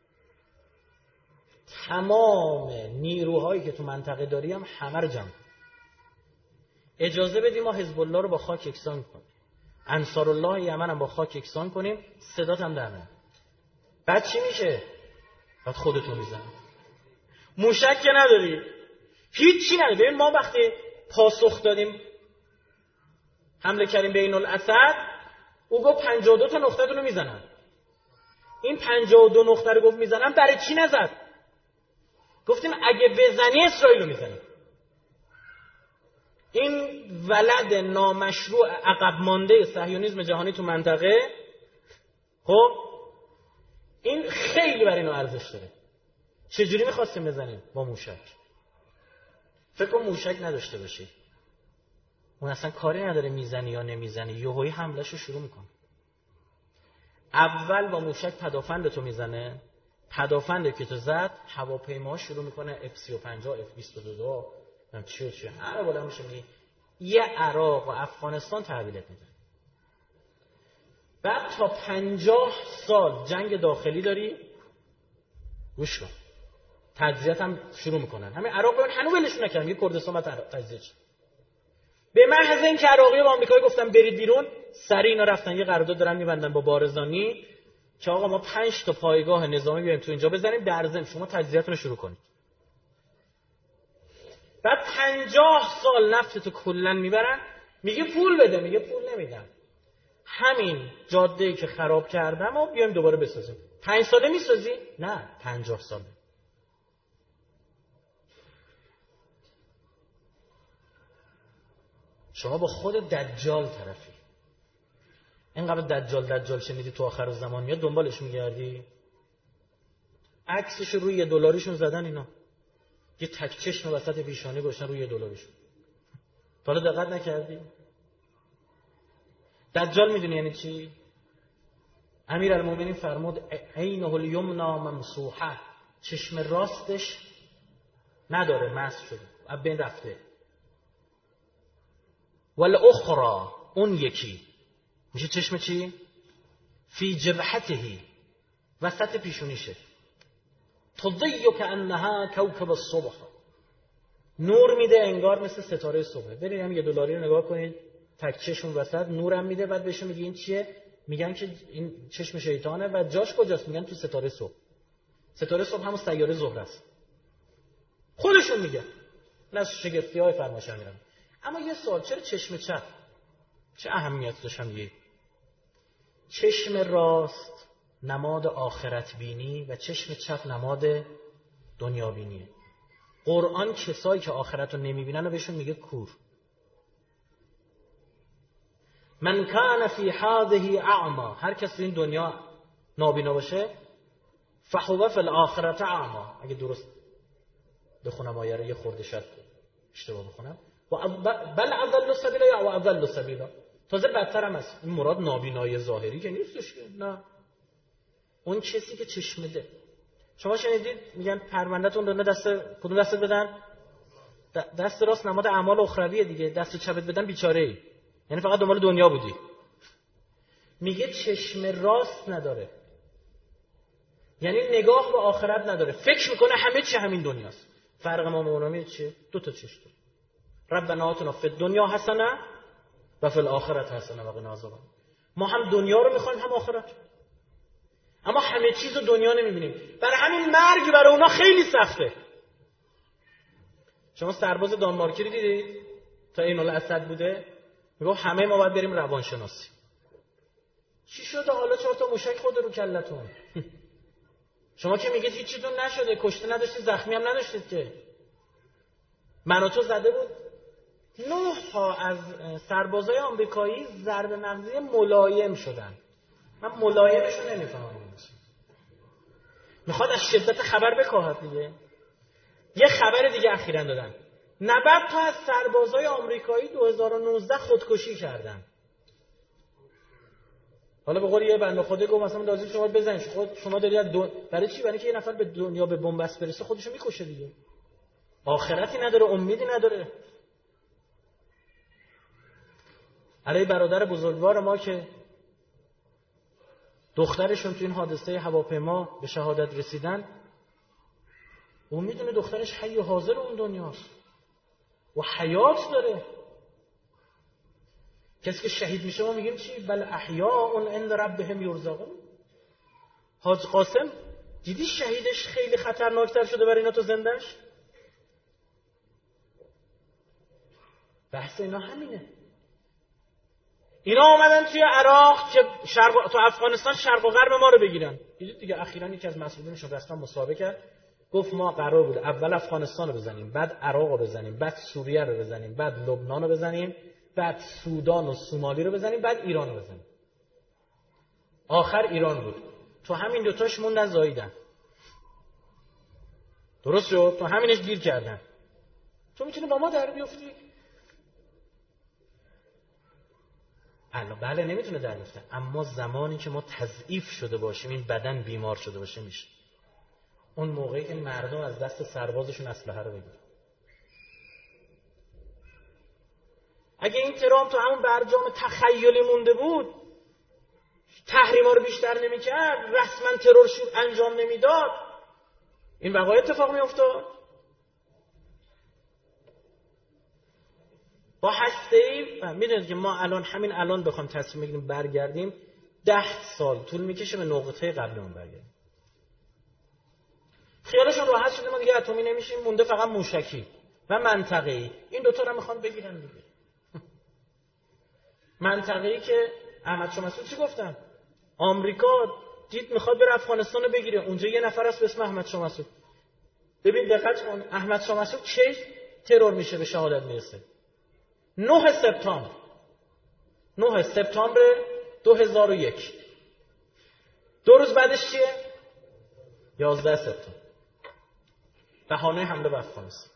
تمام نیروهایی که تو منطقه داری هم همه رو جمع. اجازه بدیم ما حزب الله رو با خاک یکسان کنیم. انصارالله یمن هم با خاک یکسان کنیم. صدات هم در میاد. بعد چی میشه؟ بعد خودتون میزنید. موشک که نداری. هیچ چی نداری. ببین ما وقتی پاسخ دادیم حمله کردیم بین الاسد، او گفت پنجاه و دو تا نقطه‌تون رو میزنن. این پنجاه و دو نقطه رو گفت میزنن، برای چی نزد؟ گفتیم اگه بزنی اسرائیل رو میزنی. این ولد نامشروع عقب مانده صهیونیسم جهانی تو منطقه، خب این خیلی برای اینو ارزش داره. چجوری میخواستیم بزنیم؟ با موشک. فکر کن موشک نداشته باشی، اون اصلا کاری نداره میزنی یا نمیزنی، یهویی حملهش رو شروع میکنه. اول با موشک پدافندتو میزنه، پدافند که تو زد هواپیما شروع میکنه اف سی و پنجاه اف بیست و دو هم چی و چی هر بالا میشه میگه یه عراق و افغانستان تحویلت میده. بعد تا پنجاه سال جنگ داخلی داری. گوش کن، تجزیه‌ات هم شروع میکنن. همین عراق رو هنوز ولش نکردن، یه کردستان بعد تجزیه شد. به محض اینکه عراقی و آمریکایی گفتن برید بیرون، سری اینا رفتن یه قرارداد دارن میبندن با بارزانی که آقا ما پنج تا پایگاه نظامی بیایم تو اینجا بزنیم، در ضمن شما تجزیه‌تون رو شروع کنید. بعد پنجاه سال نفتتو کلا میبرن، میگه پول بده، میگه پول نمیدم، همین جاده‌ای که خراب کردم و بیایم دوباره بسازیم. پنج ساله میسازی؟ نه، پنجاه ساله. شما با خود دجال طرفی. اینقدر دجال دجال شنیدی تو آخر زمان میاد دنبالش میگردی. عکسش روی یه دلاریشون زدن اینا، یه تک چشم وسط پیشانی گذاشتن روی یه دلاریشون. تا حالا دقت نکردی؟ دجال میدونی یعنی چی؟ امیرالمومنین فرمود عینه الیمنا ممسوحه، چشم راستش نداره، مسح شده، از بین رفته. والاخرى، اون یکی میشه چشم چی؟ فی جبهته، وسط پیشونیشه. تضیء کانها کوكب الصبح، نور میده انگار مثل ستاره صبح. برید هم یه دلاری رو نگاه کنید، تک چشم وسط نورم میده. بعد بهشون میگه این چیه؟ میگن که این چشم شیطانه. و جاش کجاست؟ میگن تو ستاره صبح. ستاره صبح همون سیاره زهره است. خودشون میگن. نه شگفتی‌های فرمایشگر میرن. اما یه سوال، چرا چشم چپ؟ چه اهمیت داشتم دیگه؟ چشم راست نماد آخرت بینی و چشم چپ نماد دنیا بینیه. قرآن کسایی که آخرت رو نمیبینن رو بهشون میگه کور. من کان فی هذه اعما، هر کس این دنیا نابینا باشه، فهو فی الاخره اعما. اگه درست بخونم آیه رو یه خورده شد اشتباه بخونم، بل اضل السبیل یا اضل السبیل، تازه بدتر هم است. این مراد نابینایی ظاهری که نیستش، نه، اون کسی که چشم ده. شما شنیدید میگن پروندهتون رو دست کدوم دست بدن؟ دست راست نماد اعمال اخرویه دیگه، دست چپت بدن بیچاره‌ای، یعنی فقط دنبال دنیا بودی. میگه چشم راست نداره، یعنی نگاه به آخرت نداره، فکر میکنه همه چی همین دنیاست. فرق ما با اونها چیه؟ دو تا چشم داره. ربنا آتنا فی الدنیا حسنه و فی الاخره حسنه و قنا عذاب النار. ما هم دنیا رو میخوایم هم آخرت، اما همه چیز رو دنیا نمیبینیم. برای همین مرگ برای اونا خیلی سخته. شما سرباز دانمارکی رو دیدید تا این الاسد بوده، میگه همه ما باید بریم روانشناسی. چی شده حالا؟ چهار تا موشک خورده رو کلتون. شما که میگید هیچیتون نشده، کشته نداشتید، زخمی هم نداشتید که. منو تو زده بود. نه تا از سربازای آمریکایی ضربه مغزی ملایم شدن. من ملایمشو نمیفهمم. میخواد از شدت خبر بکاهد دیگه. یه خبر دیگه اخیراً دادن، نود تا از سربازای آمریکایی دو هزار و نوزده خودکشی کردن. حالا به قول یه بنده خدا گفت مثلا لازم شما بزنید، خود شما دارید دو... برای چی؟ برای اینکه یه نفر به دنیا به بنبست برسه خودشو میکشه دیگه. آخرتی نداره، امیدی نداره. علی برادر بزرگوار ما که دخترشون تو این حادثه هواپیما به شهادت رسیدن، اون میدونه دخترش حی و حاضر اون دنیاست و حیات داره. کسی که شهید میشه ما میگیم چی؟ بل احیاء عند ربهم یرزقون. حاج قاسم دیدی شهیدش خیلی خطرناکتر شده برای اینا تو زندهش. بحث اینا همینه. اینا آمدن توی عراق که شرق تو افغانستان شرق و غرب ما رو بگیرن. دیدید دیگه اخیراً یکی از مسئولینشون رسما مصاحبه کرد، گفت ما قرار بود اول افغانستان رو بزنیم، بعد عراق رو بزنیم، بعد سوریه رو بزنیم، بعد لبنان رو بزنیم، بعد سودان و سومالی رو بزنیم، بعد ایران رو بزنیم. آخر ایران بود. تو همین دوتاش موندن زاییدن. درست شد؟ تو همینش گیر کردن. تو میتونی با ما در بیافتی؟ الان بله نمیتونه در بیفته، اما زمانی که ما تضعیف شده باشیم، این بدن بیمار شده باشه میشه. اون موقعی که مردم از دست سربازشون اسلحه رو بگیرن. اگه این ترامپ تو همون برجام تخیلی مونده بود، تحریما رو بیشتر نمی‌کرد، رسما ترور انجام نمیداد، این وقایع اتفاق میافتاد. با هسته‌ای میدونید که ما الان همین الان بخوام تصمیم بگیریم برگردیم، ده سال طول میکشه به نقطه قبلمون برگردیم. خیالشون راحت شده ما دیگه اتمی نمیشیم، مونده فقط موشکی و منطقه‌ای. این دوتا رو میخوان بگیرن دیگه. منطقه‌ای که احمد شاه مسعود چی گفتن؟ آمریکا دید میخواد بره افغانستان رو بگیره، اونجا یه نفر هست به اسم احمد شاه مسعود. ببین دقت کن، احمد شاه مسعود چه ترور میشه به شهادت میرسه؟ نه سپتامبر نه سپتامبر دو هزار و یک. دو روز بعدش چیه؟ یازده سپتامبر. بهانه حمله به افغانستان.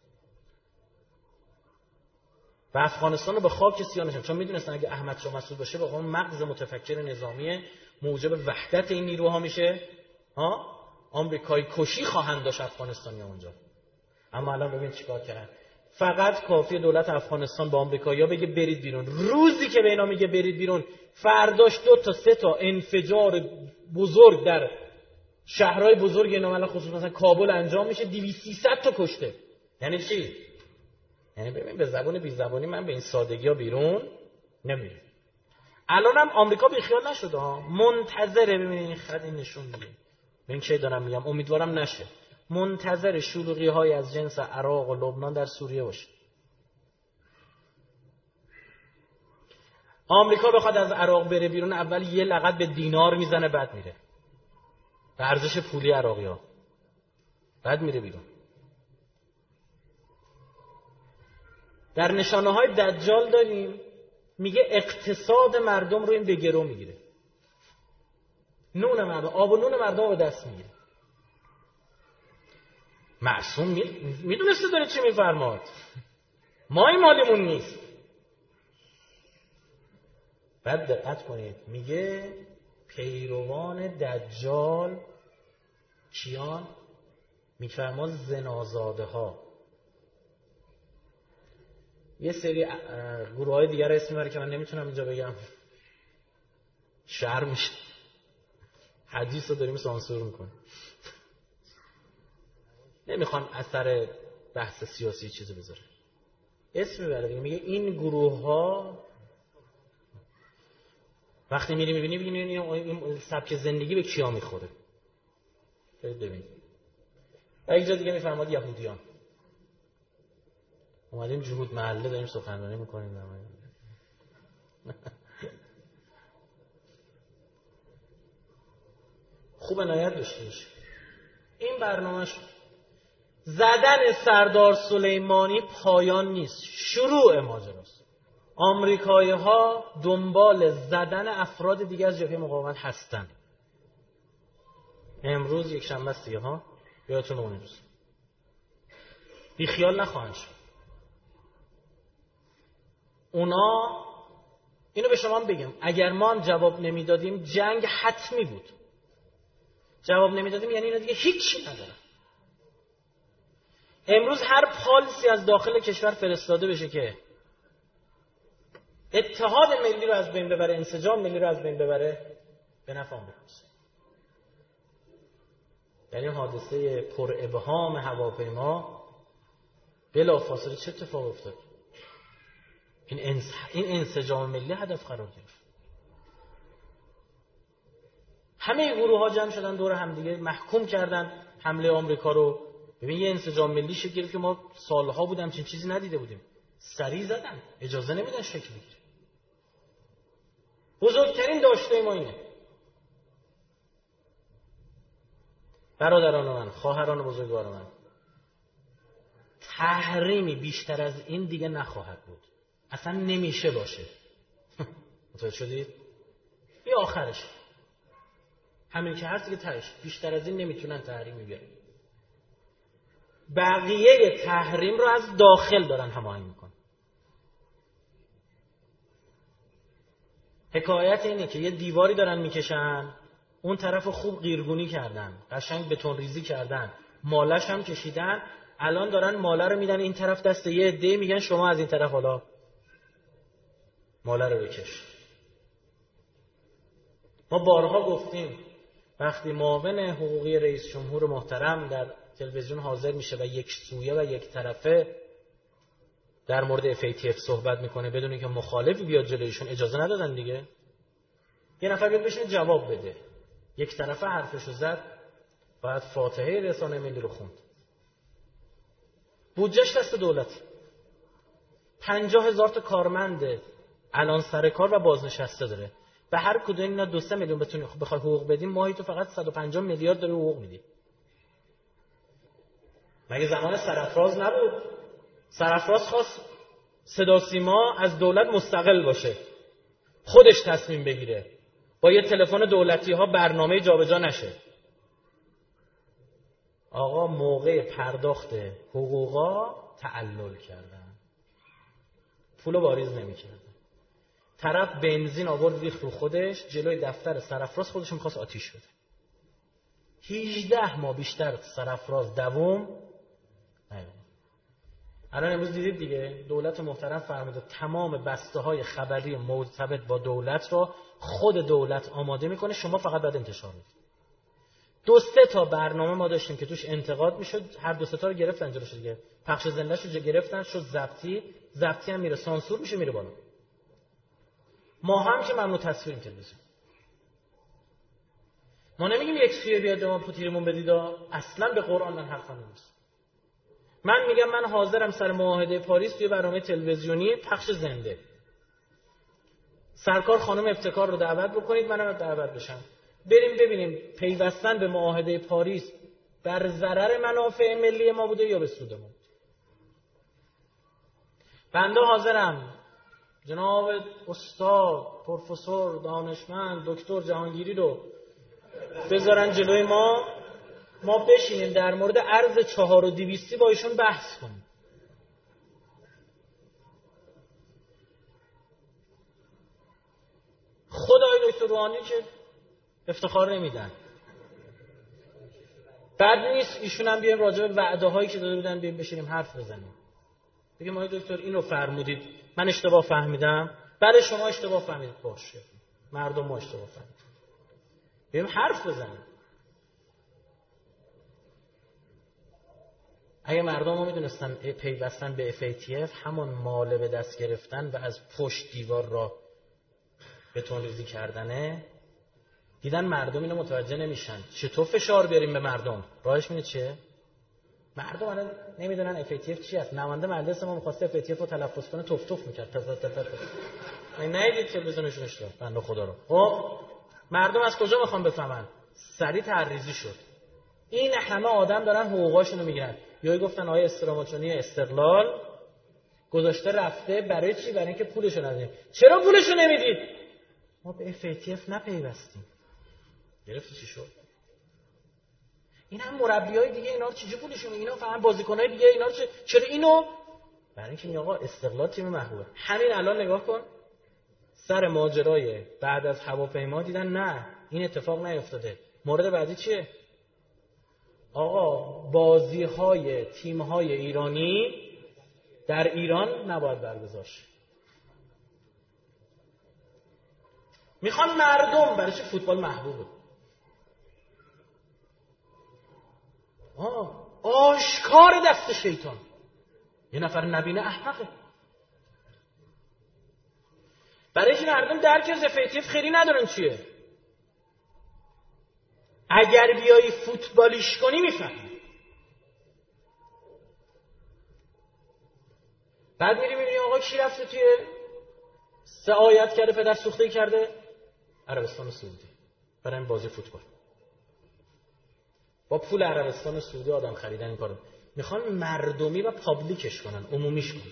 و افغانستان رو به خاک سیاه نشوندن، چون میدونستن اگه احمد شاه مسعود باشه به قول مغز متفکر نظامی موجب وحدت این نیروها میشه، ها آمریکایی کشی خواهند داشت افغانستانی اونجا. اما الان ببین چیکار کردن. فقط کافیه دولت افغانستان با آمریکایی‌ها بگه برید بیرون. روزی که به اینا میگه برید بیرون، فرداش دو تا سه تا انفجار بزرگ در شهرهای بزرگ اینا، مثلا خصوصا مثلا کابل انجام میشه، دویست سیصد تا کشته. یعنی چی؟ یعنی ببین به زبان بی زبانی من به این سادگی‌ها بیرون نمیرم. الانم آمریکا بی خیال نشده ها، منتظره. ببینید این خط این نشون میده. ببین چه دارم میگم، امیدوارم نشه. منتظر شلوغی‌های از جنس عراق و لبنان در سوریه باشه. آمریکا بخواد از عراق بره بیرون، اول یه لغت به دینار میزنه، بعد میره به ارزش پولی عراقی‌ها، بعد میره بیرون. در نشانه‌های دجال داریم میگه اقتصاد مردم رو این به گرو میگیره، نون مردم، آب و نون مردم رو به دست میگیره. معصوم میدونسته داره چی میفرماد، ما این مالیمون نیست. بعد دقت کنید میگه پیروان دجال کیان؟ میفرماد زنازاده ها. یه سری گروه های دیگر اسم میبره که من نمیتونم اینجا بگم، شرم میشه، حدیث رو داریم سانسور میکنیم، نمیخوام اثر بحث سیاسی چیزی بذاره، اسم میبره دیگه. میگه این گروه ها وقتی میری میبینی ببینی این سبک زندگی به کیا میخوره. ببینید و یک جا دیگه میفرماد یهودیان. اومدیم جهود محله داریم سخنرانی میکنیم. خوب عنایت داشتیش. این برنامهش زدن سردار سلیمانی پایان نیست، شروع ماجراست. آمریکایی ها دنبال زدن افراد دیگه از جبهه مقاومت هستن. امروز یک شنبه است دیگه ها، یادتون اون روز بی خیال نخواهند شد. اونا اینو به شما بگم، اگر ما هم جواب نمیدادیم جنگ حتمی بود. جواب نمیدادیم یعنی اینا دیگه هیچی ندارن. امروز هر پالیسی از داخل کشور فرستاده بشه که اتحاد ملی رو از بین ببره، انسجام ملی رو از بین ببره، به نفع آمریکاست. یعنی حادثه پر ابهام هواپیما بلافاصله چه اتفاق افتاد؟ این انس... این انسجام ملی هدف قرار گرفت. همه گروه ها جمع شدن دور هم دیگه محکوم کردن حمله آمریکا رو. ببین یه انسجام ملی شکل گرفت که ما سالها بود همچین چیزی ندیده بودیم. سریع زدن، اجازه نمیدن شکل بگیره. بزرگترین داشته ما اینه. برادران من، خواهران بزرگوار من، تحریمی بیشتر از این دیگه نخواهد بود. اصلا نمیشه باشه. متوجه شدید؟ این آخرش. همین که هست دیگه تهش. بیشتر از این نمیتونن تحریمی بیارن. بقیه تحریم رو از داخل دارن هماهنگ میکنن. حکایت اینه که یه دیواری دارن میکشن، اون طرف خوب قیرگونی کردن، قشنگ بتون ریزی کردن، مالش هم کشیدن، الان دارن ماله رو میدن این طرف دست یه عده، میگن شما از این طرف حالا ماله رو بکش. ما بارها گفتیم وقتی معاون حقوقی رئیس جمهور محترم در تلویزیون حاضر میشه و یک سویه و یک طرفه در مورد اف ای تی اف صحبت میکنه بدون اینکه مخالفی بیاد جلویشون، اجازه ندادن دیگه. یه نفر بیاد بشینه جواب بده، یک طرفه حرفشو زد، بعد فاتحه رسانه ملی رو خوند. بودجهش دست دولت، پنجاه هزار تا کارمند الان سر کار و بازنشسته داره. به هر کدوم اینا دو سه میلیون بتونی بخوای حقوق بدیم، ماهی تو فقط صد و پنجاه میلیارد داره حقوق میدی. مگه زمان سرافراز نبود؟ سرافراز خواست صدا سیما از دولت مستقل باشه، خودش تصمیم بگیره، با یه تلفن دولتی ها برنامه جابجا نشه. آقا موقع پرداخت حقوقا تعلل کردن، پولو واریز نمی‌کردن. طرف بنزین آورد ریخت رو خودش، جلوی دفتر سرافراز خودش می‌خواست آتیش بده. هجده ماه بیشتر سرافراز دوام نیومد. الان امروز دیدید دیگه، دولت محترم فرموده تمام بسته‌های خبری مرتبط با دولت را خود دولت آماده میکنه، شما فقط باید انتشار بدید. دو سه تا برنامه ما داشتیم که توش انتقاد میشد، هر دو سه تا رو گرفتن جلوش دیگه. پخش زنده‌شو گرفتن، شد ضبطی، ضبطی هم میره سانسور میشه، میره بالا. ما هم که ممنوع تصویریم تلویزیون. ما نمیگیم یک سویه بیاد ما پوتیرمون بدید، اصلا به قرآن من حرفم نیست. من میگم من حاضرم سر معاهده پاریس توی برنامه تلویزیونی پخش زنده. سرکار خانم ابتکار رو دعوت بکنید، منم دعوت بشم. بریم ببینیم پیوستن به معاهده پاریس بر ضرر منافع ملی ما بوده یا به سود ما. بنده حاضرم جناب استاد، پروفسور، دانشمند، دکتر جهانگیری رو بذارن جلوی ما، ما بشینیم در مورد ارز چهار و دویستی با ایشون بحث کنیم. خدای دکتر روحانی که افتخار نمیدن. بعد نیست ایشون هم بیایم راجع به وعده هایی که داده بودن بیایم بشینیم حرف بزنیم. بگیم آقای دکتر اینو فرمودید، من اشتباه فهمیدم. بله شما اشتباه فهمیدید. باشه. مردم ما اشتباه فهمیدن. بیایم حرف بزنیم. اگه مردم ما میدونستن پیوستن به اف ای تی اف همون ماله به دست گرفتن و از پشت دیوار را بتون ریزی کردنه، دیدن مردم اینو متوجه نمیشن. چطور فشار بیاریم به مردم؟ راهش میده چیه؟ مردم الان نمیدونن اف ای تی اف چی است. نماینده مجلس ما می‌خواسته اف ای تی اف رو تلفظ کنه، توف توف می‌کرد. تف تف تف. من ندیدید تلویزیونشون اشتباه بنده خدا رو. خب مردم از کجا میخوان بفهمن؟ سریع تعریضی شد. این همه آدم دارن حقوقاشونو میگیرن. یهو گفتن آیه استراماچونی استقلال گذاشته رفته برای چی؟ برای اینکه پولشو ندیم. چرا پولشو نمیدید؟ ما به اف ای تی اف نپیوستیم. گرفتی چی شد؟ این هم مربیای دیگه اینا رو چجوری پولشون، اینا فقط بازیکنای دیگه اینا رو چه... چرا اینو؟ برای اینکه این آقا استقلال تیم محبوبه. همین الان نگاه کن سر ماجرای بعد از هواپیما دیدن نه این اتفاق نیفتاده. مورد بعدی چیه؟ آقا بازی‌های تیم‌های ایرانی در ایران نباید برگزار شه. میخوان مردم برای چه فوتبال محبوبه. آه آشکار دست شیطان. یه نفر نبینه احمقه. برای که مردم درک از اف ای تی اف خیلی ندارن چیه. اگر بیایی فوتبالیش کنی میفهمی. بعد میری میبینی آقا کی رفته توی سه آیت کرده پدر سوخته کرده عربستان سعودی برای این بازی فوتبال. با پول عربستان سعودی آدم خریدن این کارو. میخوان مردمی و پابلیکش کنن، عمومیش کنن.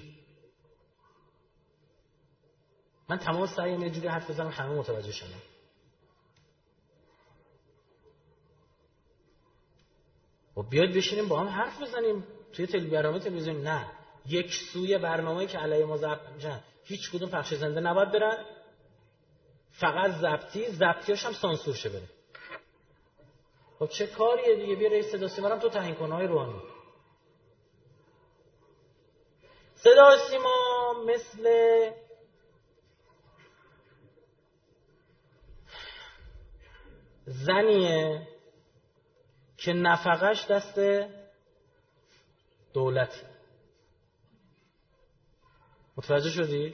من تمام سعیم یه جوری حرف بزنم همه متوجه شدن. و بیاید بشینیم با هم حرف بزنیم توی تل... برنامه تلویزیون. نه یک سوی برنامه‌ای که علیه ما ضبط میشن هیچ کدوم پخش زنده نباید برن، فقط ضبطی، ضبطیاش هم سانسور شه بره. خب چه کاریه دیگه؟ بیا رئیس صدا سیما رو تو تعیین کن های روحانی. صدا سیما مثل زنیه که نفقش دست دولت. متوجه شدی؟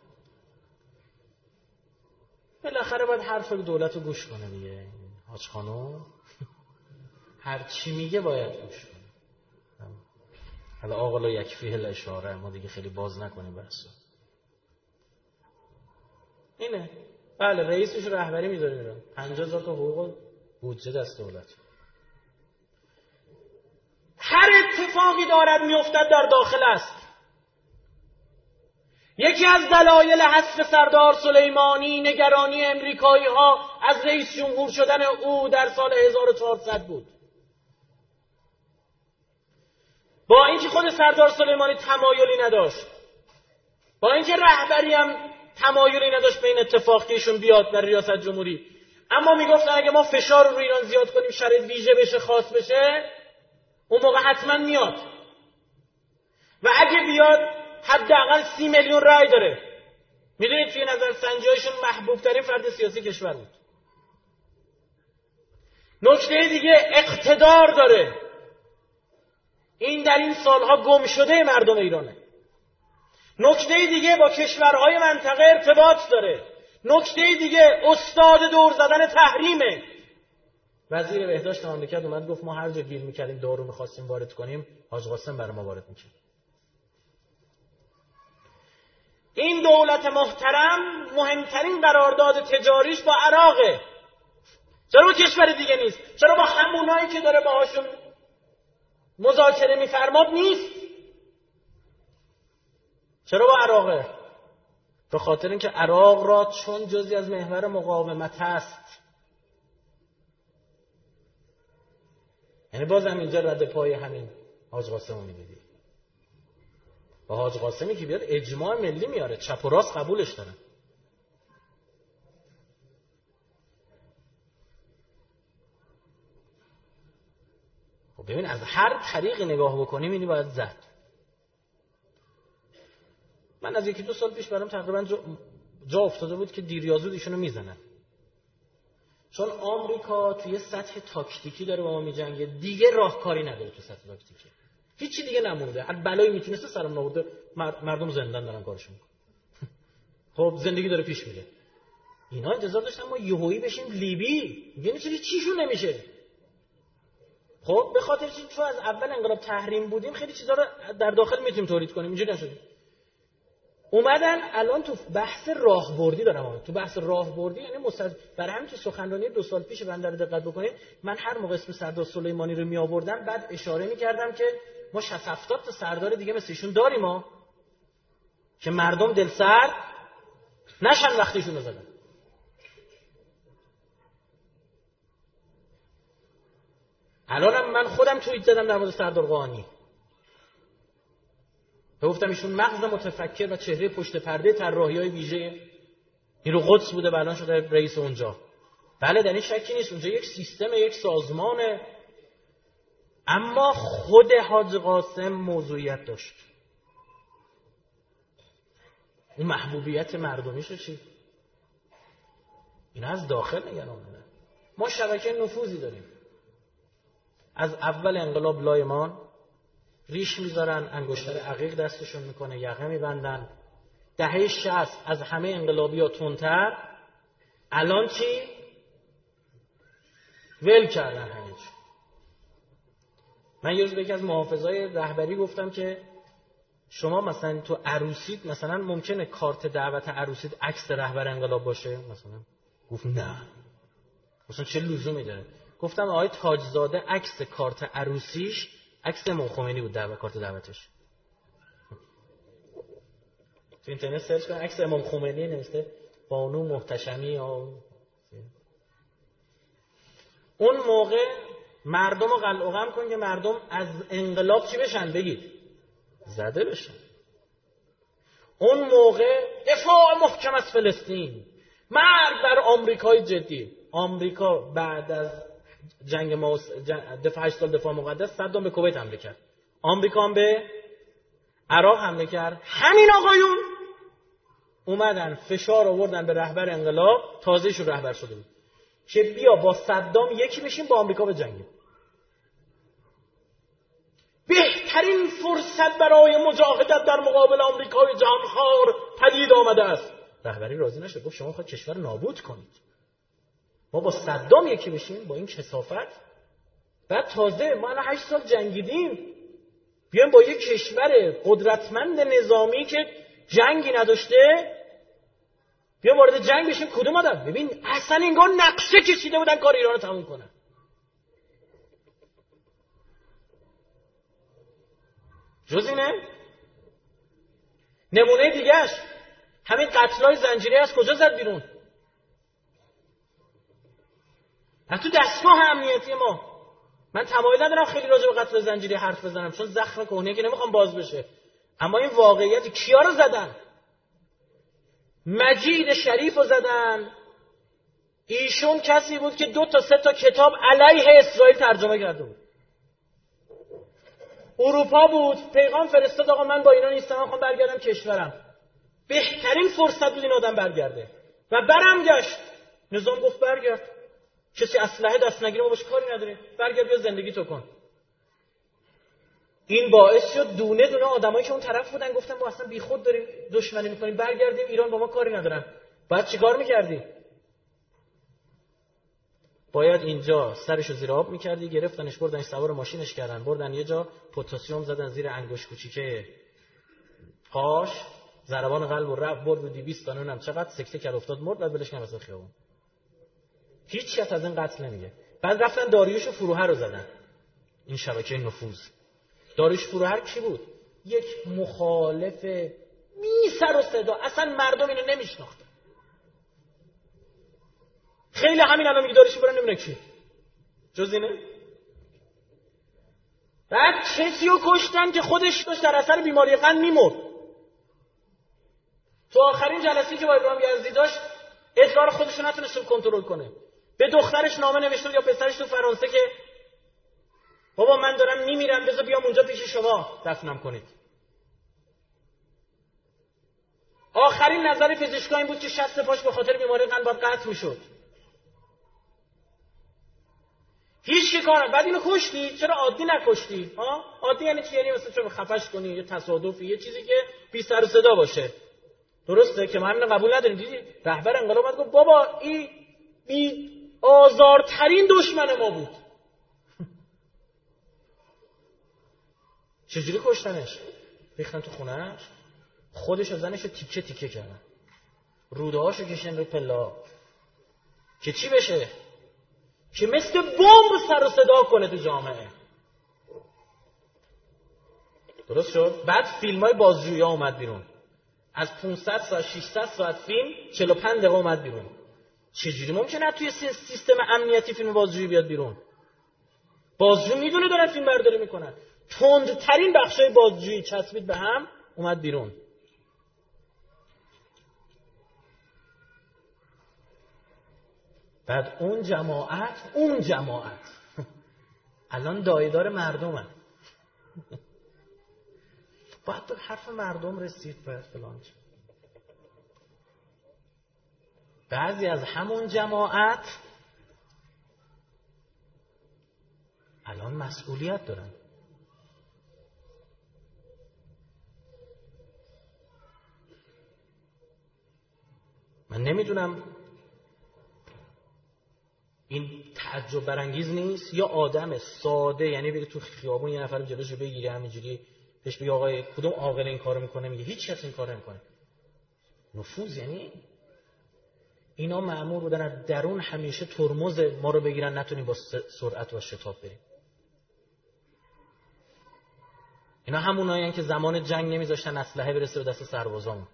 بالاخره باید حرف دولت رو گوش کنه دیگه. حاج خانم هر چی میگه باید گوش کنه. حالا آقا یکفیه الاشاره، ما دیگه خیلی باز نکنیم بحثو. اینه. بله رئیسش رهبری میذاره میرن. پنجاه هزار تا حقوق بودجه دست دولت. هر اتفاقی دارد میافتد در داخل است. یکی از دلایل حذف سردار سلیمانی نگرانی امریکایی ها از رئیس جمهور شدن او در سال هزار و چهارصد بود. با اینکه خود سردار سلیمانی تمایلی نداشت، با اینکه رهبری هم تمایلی نداشت به این اتفاق که ایشون بیاد در ریاست جمهوری، اما میگفتن اگه ما فشار رو ایران زیاد کنیم شرایط ویژه بشه، خاص بشه، اون موقع حتما میاد و اگه بیاد حداقل سی میلیون رای داره. میدونید توی نظر سنجی‌هاشون محبوب ترین فرد سیاسی کشور بود. نکته دیگه اقتدار داره. این در این سالها گم شده مردم ایرانه. نکته دیگه با کشورهای منطقه ارتباط داره. نکته دیگه استاد دور زدن تحریمه. وزیر بهداشت مملکت اومد گفت ما هر جا گیر میکردیم دارو میخواستیم وارد کنیم حاج قاسم برای ما وارد میکرد. این دولت محترم مهمترین قرارداد تجاریش با عراقه. چرا با کشور دیگه نیست؟ چرا با همونایی که داره باهاشون مذاکره میفرماد نیست؟ چرا با عراقه؟ به خاطر اینکه عراق را چون جزئی از محور مقاومت است. یعنی باز هم اینجا رد پای همین حاج قاسم رو می‌دیدی. با حاج قاسمی که بیاد اجماع ملی میاره، چپ و راست قبولش دارن. خب ببین از هر طریقی نگاه بکنیم اینی باید زد. من از یکی دو سال پیش برام تقریبا جا, جا افتاده بود که دیر یا زود ایشونو میزنن. چون آمریکا توی سطح تاکتیکی داره با ما میجنگه، دیگه راهکاری نداره تو سطح تاکتیکی. هیچی دیگه نمونده. هر بلایی میتونسته سرم آورده، مردم زندان دارن کارشون. خب زندگی داره پیش میره. اینا انتظار داشتن ما یهویی بشیم لیبی. میگن چه چیشون نمیشه. خب به خاطر چون از اول انقلاب تحریم بودیم خیلی چیزا رو در داخل میتونیم تولید کنیم، اینجوری نشد. اومدن الان تو بحث راهبردی دارم. تو بحث راهبردی یعنی مستد... برای همین که سخنرانی دو سال پیش بنده رو دقت بکنید، من هر موقع اسم سردار سلیمانی رو می آوردم بعد اشاره می‌کردم که ما شصت هفتاد تا سردار دیگه مثل ایشون داریم ما که مردم دلسرد نشن وقتیشون رو زدن. الانم من خودم توییت زدم در مورد سردار قانی. گفتم ایشون مغز متفکر و چهره پشت پرده طراحی‌های ویژه این رو قدس بوده و الان شده رئیس اونجا. بله در این شکی نیست، اونجا یک سیستم، یک سازمانه. اما خود حاج قاسم موضوعیت داشت. اون محبوبیت مردمیشو چی؟ این از داخل نگن آمده. ما شبکه نفوذی داریم. از اول انقلاب لایمان ریش میذارن، انگشتر عقیق دستشون میکنه، یقه میبندن. دهه شصت از همه انقلابی‌ها تندتر. الان چی؟ ول کردن همه چی. من یه روز به یکی از محافظای رهبری گفتم که شما مثلا تو عروسیت مثلا ممکنه کارت دعوت عروسیت عکس رهبر انقلاب باشه مثلا؟ گفت نه. مثلا چه لزومی داره؟ گفتم آقای تاجزاده عکس کارت عروسیش عکس امام خمینی بود در کارت دعوتش. تو اینترنت سرچ کن عکس امام خمینی نوشته بانو محتشمی. اون موقع مردم رو قلع و قم کن که مردم از انقلاب چی بشن؟ بگید زده بشن. اون موقع دفاع محکم از فلسطین، مرگ بر آمریکای جدی. آمریکا بعد از جنگ ما دفاع هشت سال دفاع مقدس صدام به کویت حمله کرد، آمریکا هم به عراق حمله کرد. همین آقایون اومدن فشار آوردن به رهبر انقلاب، تازه‌شون رهبر شده بود، که بیا با صدام یکی بشیم با آمریکا بجنگیم. بهترین فرصت برای مجاهدت در مقابل آمریکای جهانخوار پدید آمده است. رهبری راضی نشد، گفت شما خواهد کشور نابود کنید، ما با صدام یکی بشیم با این کثافت. بعد تازه ما الان هشت سال جنگیدیم، بیایم با یک کشور قدرتمند نظامی که جنگی نداشته بیایم وارد جنگ بشیم. کدوم آدم؟ ببین اصلا انگار نقشه کشیده بودن کار ایران رو تموم کنن. جز اینه نمونه دیگهش همین قتل‌های زنجیره از کجا زد بیرون؟ از تو دستگاه امنیتی ما. من تمایل ندارم خیلی راجع به قتل زنجیره حرف بزنم چون زخم کهنه که نمیخوام باز بشه، اما این واقعیت کیا رو زدن؟ مجید شریف رو زدن. ایشون کسی بود که دو تا سه تا کتاب علیه اسرائیل ترجمه کرده بود. اروپا بود، پیغام فرستاد آقا من با اینا نیستم، من خوام برگردم کشورم. بهترین فرصت بود این آدم برگرده و برم گشت. نظام گفت برگرد، کسی اسلحه دست نگیره ما باش کاری نداره، برگرد بیا زندگی تو کن. این باعث شد دونه دونه آدمایی که اون طرف بودن گفتن ما اصلا بیخود داریم دشمنی میکنیم، برگردیم ایران، با ما کاری ندارن. بعد چیکار میکردی؟ باید اینجا سرشو زیر آب میکردی، گرفتنش بردنش سوار ماشینش کردن، بردن یه جا پتاسیم زدن زیر انگشت کوچیکه پاش، ضربان قلب و رفت برد بودی بیست تا نونم چقدر سکته کرد افتاد مرد، بعد بلش نمی‌رسه خیابون. هیچ کس از این قتل نمیگه. بعد رفتن داریوش فروهر رو زدن. این شبکه نفوذ. داریوش فروهر کی بود؟ یک مخالف بی سر و صدا، اصلا مردم اینو نمیشناختن. خیلی همین الان میگه دارش برن نمیدونه کی جز اینه. بعد کسی رو کشتن که خودش داشت در اثر بیماری قند میمرد. تو آخرین جلسه‌ای که با ابراهیم یزدی داشت ادرار خودش رو نتونست کنترل کنه. به دخترش نامه نوشته یا پسرش تو فرانسه که بابا من دارم میمیرم، بذار بیام اونجا پیش شما دفنم کنید. آخرین نظر پزشکا این بود که شست پاش به خاطر بیماری قلب باید قطع میشد. هیچ کار. بعد اینو کشتی، چرا عادی نکشتی؟ ها؟ عادی یعنی چی؟ یعنی مثلا چرا خفش کنی، یه تصادفی، یه چیزی که بی سر و صدا باشه. درسته که ما همین قبول نداریم. دیدی رهبر انقلاب اومد گفت بابا این بی آزارترین دشمن ما بود. چجوری کشتنش؟ ریختن تو خونهش، خودش و زنش رو تیکه تیکه کردن، روده هاشو کشیدن رو پله که چی بشه؟ که مثل بمب سر و صدا کنه تو جامعه. درست شد؟ بعد فیلم های بازجویی ها اومد بیرون. از پانصد ساعت ششصد ساعت فیلم چهل و پنج دقیقه اومد بیرون. چجوری ممکنه توی سیستم امنیتی فیلم بازجویی بیاد بیرون؟ بازجو میدونه دارن فیلم برداری میکنن. تندترین بخشای بازجویی چسبید به هم اومد بیرون. بعد اون جماعت اون جماعت الان دایدار مردمه. باید به حرف مردم رسید باید فلان. بعضی از همون جماعت الان مسئولیت دارن. من نمیدونم این تعجب برانگیز نیست یا آدم ساده، یعنی بگه تو خیابون یه نفر جلوش رو بگیره همینجوری بهش بگه آقای کدوم عاقل این کارو میکنه، میگه هیچ کس این کارو نمیکنه. نفوذ یعنی اینا مأمور بودن از درون همیشه ترمز ما رو بگیرن نتونیم با سرعت و شتاب بریم. اینا همونایین که زمان جنگ نمیذاشتن اسلحه برسه به دست سربازامون.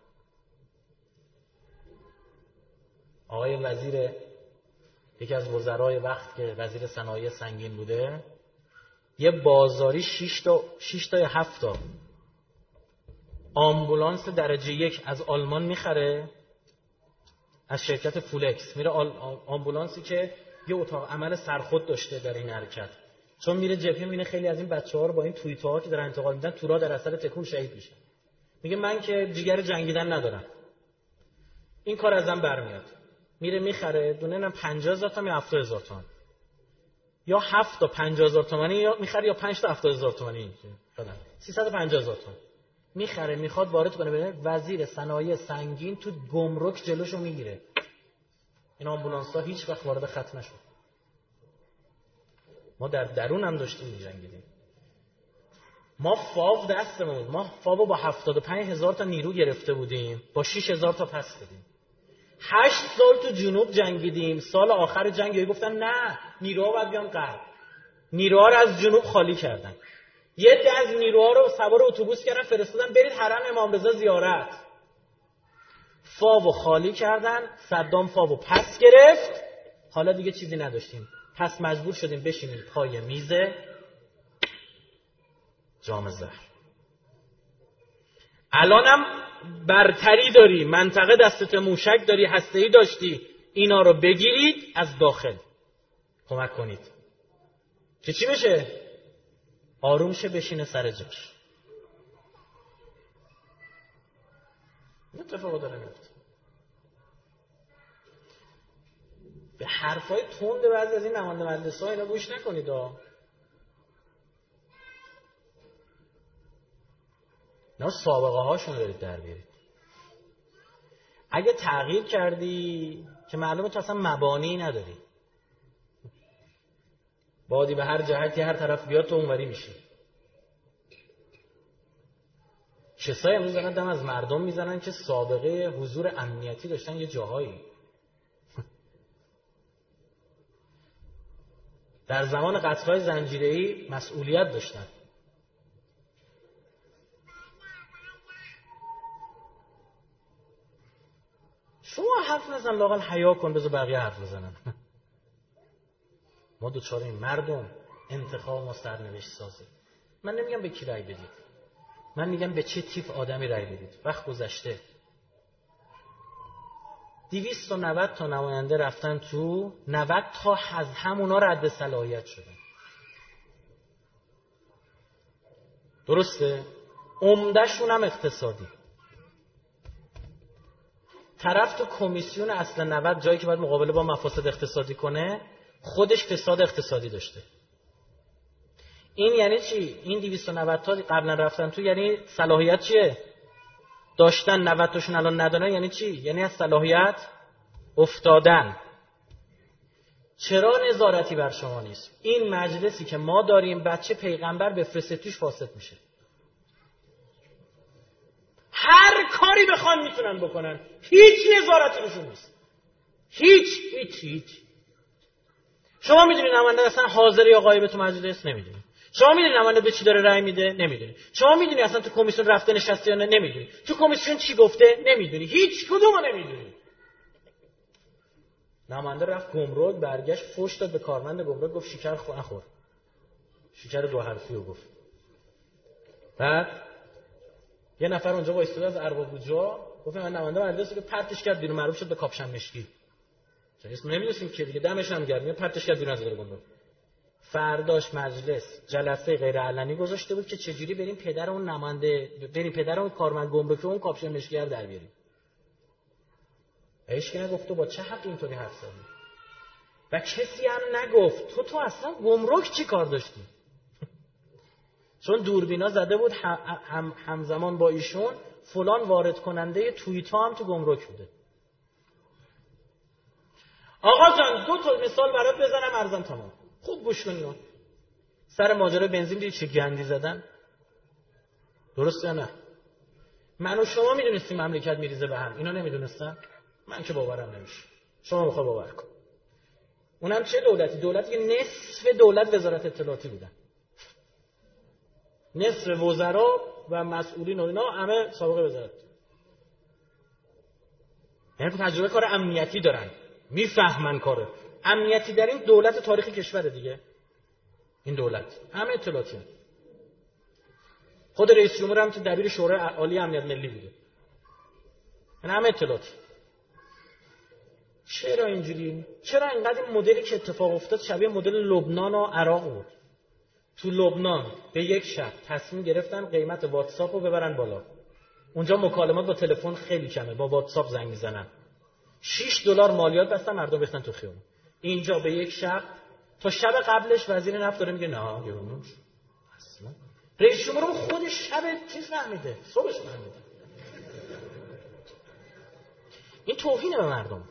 آقای وزیر، یکی از وزرای وقت که وزیر صنایع سنگین بوده، یه بازاری شش تا شش تا یا هفت تا آمبولانس درجه یک از آلمان میخره، از شرکت فولکس. میره آمبولانسی که یه اتاق عمل سرخود داشته در این حرکت، چون میره جبهه میبینه خیلی از این بچه‌ها رو با این توییت‌ها که دارن انتقال میدن تورا در اثر تکون شهید میشن. میگه من که جیگر جنگیدن ندارم، این کار ازم برمیاد. میره میخره، دونه نم پنجاه هزار تومان یا هفتاد هزار تومان، یا هفت تا پنجاه هزار تومانی یا میخره، یا پنج تا هفتاد هزار تومانی دادن، سیصد و پنجاه هزار تومان میخره، میخواد وارد کنه. ببینه وزیر صنایع سنگین تو گمرک جلوشو میگیره. این آمبولانس‌ها هیچ وقت وارد خط نشد. ما در درون هم داشتیم می‌جنگیدیم. ما فاو دستمون بود. ما فاو با هفتاد و پنج هزار تا نیرو گرفته بودیم، با شش هزار تا پس دادیم. هشت سال تو جنوب جنگیدیم. سال آخر جنگ یه گفتن نه نیروها باید بیان غرب. نیروها رو از جنوب خالی کردن. یه عده از نیروها رو سوار اتوبوس کردن فرستادن برید حرم امام رضا زیارت. فاو خالی کردن. صدام فاو پس گرفت. حالا دیگه چیزی نداشتیم. پس مجبور شدیم بشینیم پای میز جام زهر. الانم برتری داری، منطقه دستت موشک داری، هسته‌ای داشتی، اینا رو بگیرید از داخل کمک کنید که چی بشه؟ آروم شه، بشینه سر جاش. اتفاقا داره میفته. به حرفای تند بعضی از این نماینده مجلس‌ها اینا گوش نکنید ها. اینا سابقه هاشون دارید در بیارید. اگه تغییر کردی که معلومه تو اصلا مبانی نداری، بادی به هر جهتی هر طرف بیاد تو اونوری میشی. کسایی امروز دارن دم از مردم میزنن که سابقه حضور امنیتی داشتن یه جاهایی. در زمان قتل‌های زنجیره‌ای مسئولیت داشتن. شما حرف نزن، لااقل حیا کن، بذار بقیه حرف بزنن. ما دوچار این مردم انتخاب ما سرنوشت سازه. من نمیگم به کی رأی بدید، من میگم به چه تیپ آدمی رأی بدید. وقت گذشته. دویست و نود تا نماینده رفتن تو، نود تا از همونا رد صلاحیت شدن. درسته؟ عمده‌شون هم اقتصادی. طرف تو کمیسیون اصل نود، جایی که باید مقابله با مفاسد اقتصادی کنه، خودش فساد اقتصادی داشته. این یعنی چی؟ این دویست و نود تا قبلا رفتن تو، یعنی صلاحیت چیه؟ داشتن. نود تاشون الان ندارن یعنی چی؟ یعنی از صلاحیت افتادن. چرا نظارتی بر شما نیست؟ این مجلسی که ما داریم بچه پیغمبر بفرسته توش فاسد میشه. هر کاری بخوان میتونن بکنن، هیچ نظارتی روشون نیست. هیچ هیچ هیچ. شما میدونید نماینده اصلا حاضر یا غایب تو مجلس؟ نمیدونید. شما میدونید نماینده به چی داره رأی میده؟ نمیدونید. شما میدونید اصلا تو کمیسیون رفته نشسته یا نه؟ نمیدونید. تو کمیسیون چی گفته؟ نمیدونید. هیچ کدومو نمیدونید. نماینده رفت گمرک، برگشت فوش داد به کارمند گمرک، گفت شکر خور نخور. شکر دو حرفی رو گفت. بعد یه نفر اونجا وایساد از ارباب بوجا، گفت من نماینده مجلس که پرتش کرد بیرون، معروف شد به کاپشن مشکی. چون اسم نمیدونیم که دیگه دمش هم گرم، پرتش کرد بیرون از داره گمرک. فرداش مجلس جلسه غیر علنی گذاشته بود که چجوری بریم پدر اون نماینده، بریم پدر اون کارمند گمرک اون کاپشن مشکی رو در بیاریم. هیچ کی نگفت تو با چه حق اینطوری حرف زدی؟ و کسی هم نگفت تو تو اصلا گمرک چی کار داشتی؟ چون دوربینا زده بود هم همزمان با ایشون فلان وارد کننده توییت ها هم تو گمرک بوده. آقا جان دو تا مثال برات بزنم ارزم تمام. خوب گوش کنید. سر ماجرای بنزین دیدی چه گندی زدن؟ درست یا نه؟ من و شما میدونستیم مملکت میریزه به هم، اینا نمیدونستن؟ من که باورم نمیشه. شما میخوای باور کن. اونم چه دولتی؟ دولتی که نصف دولت وزارت اطلاعاتی بودن. نصف وزرا و مسئولین و اینا همه سابقه وزارت. یعنی تجربه کار امنیتی دارن. میفهمن کاره. امنیتی در این دولت تاریخی کشوره دیگه. این دولت همه اطلاعاتی هست. خود رئیس جمهور هم که دبیر شورای عالی امنیت ملی بوده. این همه اطلاعاتی. چرا اینجوری؟ چرا اینقدر این مدلی که اتفاق افتاد شبیه مدل لبنان و عراق بود؟ تو لبنان به یک شب تصمیم گرفتن قیمت واتساپ رو ببرن بالا. اونجا مکالمات با تلفن خیلی کمه، با واتساپ زنگ میزنن. شش دلار مالیات بستن، مردم بستن تو خیابون. اینجا به یک شب، تا شب قبلش وزیر نفت داره میگه نه گرونش اصلا. رئیس جمهور خودش شب چیز فهمیده، صبحش فهمیده. این توهینه به مردم.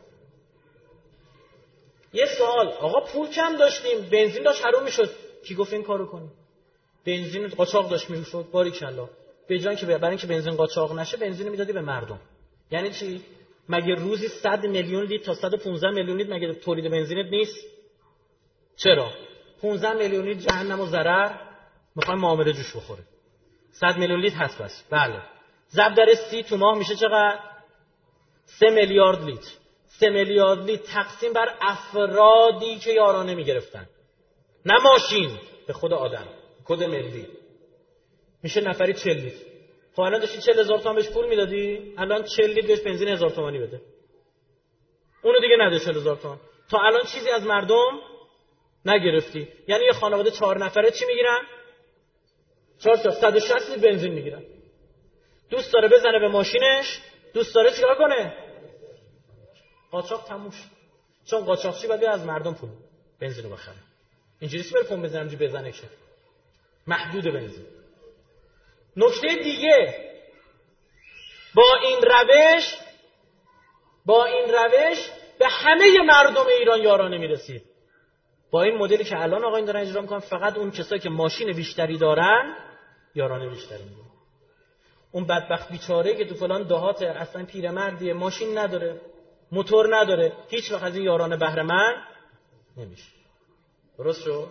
یه سوال، آقا پول کم داشتیم، بنزین داشت حروم میشد، کی گفت این کارو کنی؟ بنزین قاچاق داشت میشد، باریکلا. به جای که برای اینکه بنزین قاچاق نشه، بنزین میدادی به مردم. یعنی چی؟ مگه روزی صد میلیون لیتر تا صد و پانزده میلیون لیتر مگه تولید بنزینت نیست؟ چرا؟ پانزده میلیون لیتر جهنم و ضرر میخوایم معامله جوش بخوره. صد میلیون لیتر هست بس. بله. ضرب در سی تو ماه میشه چقدر؟ سه میلیارد لیتر. سه میلیارد لیتر تقسیم بر افرادی که یارانه میگرفتن. نه ماشین، به خود آدم. کد ملی. میشه نفری چهل لیتر. خب الان داشتی چهل هزار تومان بهش پول میدادی، الان چهل لیتر بهش بنزین هزار تومانی بده. اونو دیگه نده چهل هزار تومان. تا الان چیزی از مردم نگرفتی. یعنی یه خانواده چهار نفره چی میگیرن؟ چهار تا صد و شصت لیتر بنزین میگیرن. دوست داره بزنه به ماشینش، دوست داره چیکار کنه؟ قاچاق تموم شد. چون قاچاقچی باید از مردم پول بنزین رو بخره. اینجوری سی بر پمپ بزنم جو بزنه که محدود بنزین. نکته دیگه، با این روش با این روش به همه مردم ایران یارانه میرسید. با این مدلی که الان آقا این دارن اجرا میکنن، فقط اون کسایی که ماشین بیشتری دارن یارانه بیشتری میگیرن. اون بدبخت بیچاره که تو فلان دهات اصلا پیرمردیه، ماشین نداره، موتور نداره، هیچ وقت از این یارانه بهره مند نمیشه. درست شد؟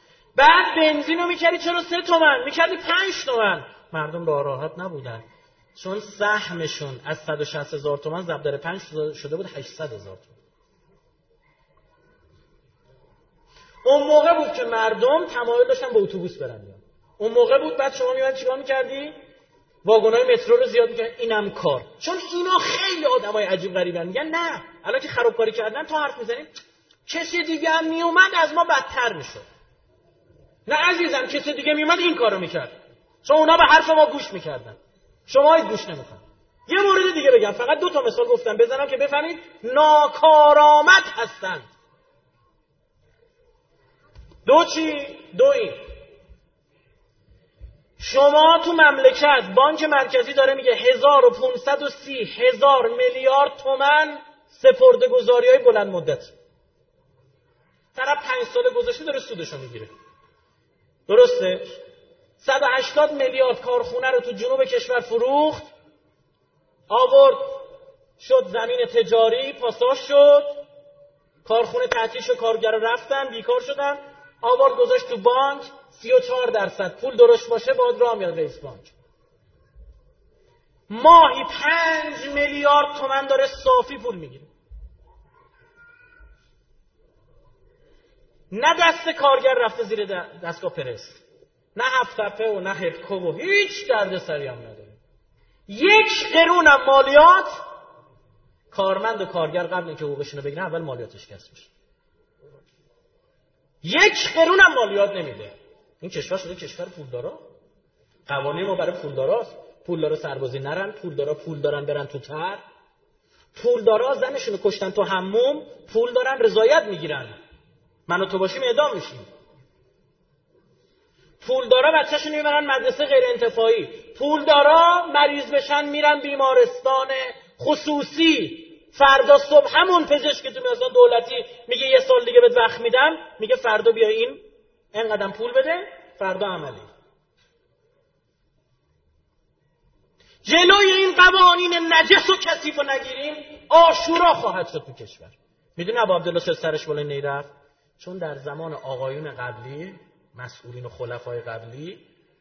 بعد بنزینو میکردی چرا سه تومن؟ میکردی پنج تومن. مردم راه راحت نبودن. چون سهمشون از صد و شصت هزار تومان ضرب در پنج شده بود هشتصد هزار تومان. اون موقع بود که مردم تمایل داشتن به اتوبوس برن. اون موقع بود بعد شما میاد چیکار می‌کردی؟ واگن‌های مترو رو زیاد می‌کردن. اینم کار. چون اینا خیلی آدمای عجیب غریبن. میگن نه، الان که خرابکاری کردن تا حرف میزنید کسی دیگه هم میومد از ما بدتر میشد. نه عزیزم، کسی دیگه میومد این کارو میکرد. چون اونا به حرف ما گوش میکردن. شما هیچ گوش نمیکنید. یه مورد دیگه بگم، فقط دو تا مثال گفتم بزنم که بفهمید ناکارآمد هستند. دو چی؟ دو این. شما تو مملکت بانک مرکزی داره میگه هزار و پانصد و سی هزار میلیارد تومان سپرده‌گذاری‌های بلند مدت. طرف پنج سال گذشته داره سودشو میگیره. درسته؟ صد و هشتاد میلیارد کارخونه رو تو جنوب کشور فروخت، آورد شد زمین تجاری، پاساژ شد، کارخونه تعطیل شد، کارگرا رفتن بیکار شدن، آورد گذاشت تو بانک، سی و چهار درصد پول درست باشه باید راه میاد رئیس بانک. ماهی پنج میلیارد تومان داره صافی پول میگیره. نه دست کارگر رفته زیر دستگاه پرس، نه هفت‌تپه و نه هپکو و هیچ دردسری هم نداره. یک قرون هم مالیات، کارمند و کارگر قبل اینکه حقوقشون رو بگیرن اول مالیاتش کسب میشه. یک قرون هم مالیات نمیده. این کشور شده کشور پولدارا. قوانین ما برای پولداراست. پولدارا سربازی نرن، پولدارا پول دارن برن تو تر، پولدارا زنشون رو کشتن تو حموم، پول دارن رضایت میگیرن. من و تو باشیم اعدام میشیم. پولدارا بچه‌شون میبرن مدرسه غیر انتفاعی، پولدارا مریض بشن میرن بیمارستان خصوصی. فردا صبح همون پزشک که تو میاد دولتی میگه یه سال دیگه بهت وقت میدم، میگه فردا بیا این اینقدر پول بده، فردا عملی. جلوی این قوانین نجس و کثیف و نگیریم آشورا خواهد شد تو کشور. میدونی ابو عبدالله چه سرش بالا نیرفت؟ چون در زمان آقایون قبلی، مسئولین و خلفای قبلی،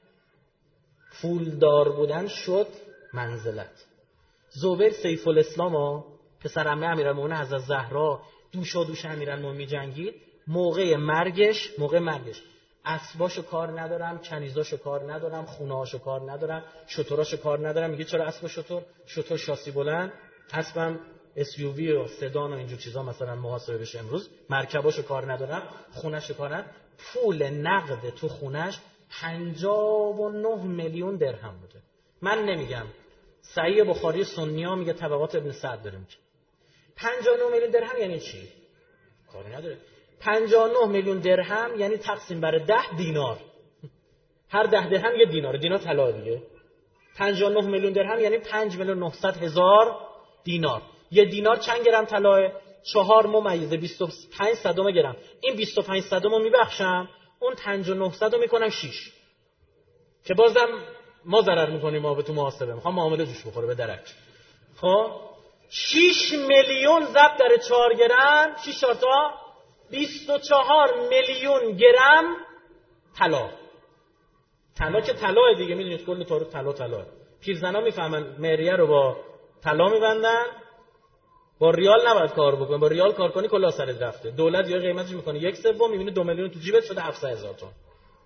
پولدار بودن شد منزلت. زبیر سیف الاسلام ها پسر عمه امیرالمومنین حضرت زهرا دوشا دوش امیرالمومنین جنگید، موقع مرگش موقع مرگش اسباشو کار ندارم، کنیزاشو کار ندارم، خونه‌هاشو کار ندارم، شتراشو کار ندارم. میگه چرا اسب و شتر؟ شتر شاسی بلند، اسبم اس یو وی و سدان و اینجور چیزا مثلا محاسبه بشه امروز، مرکباشو کار ندارم، خونه‌شو کار ندارم. پول نقد تو خونش پنجاه و نه میلیون درهم بوده. من نمیگم، صحیح بخاری سنی‌ها میگه طبقات ابن سعد داره میگه. پنجاه و نه میلیون درهم یعنی چی؟ کاری نداره. پنجاه و نه میلیون درهم یعنی تقسیم بر ده دینار. هر ده درهم یه دینار، دینار طلا دیگه. پنجاه و نه میلیون درهم یعنی پنج میلیون و نهصد هزار دینار. یه دینار چند گرم طلاه؟ چهار ممیز بیست و پنج صدم گرم. این بیست و پنج صدم رو میبخشم، اون پنج و نهصد رو میکنم شش. که بازم ما ضرر میکنیم، ما به تو محاسبه میخوام معامله جوش بخوره به درک. خب شش میلیون ضرب در چهار گرم، شش تا بیست و چهار میلیون گرم طلا. طلا که طلا دیگه، میدونید کل تاریخ طلا طلا. پیرزنا میفهمن مهریه رو با طلا میبندن، با ریال نباید کار بکنی. با ریال کار کنی کلا سرت رفته. دولت یا قیمتش میکنه یک سوم، میبینی دو میلیون تو جیبت شده هفتصد هزار تومان.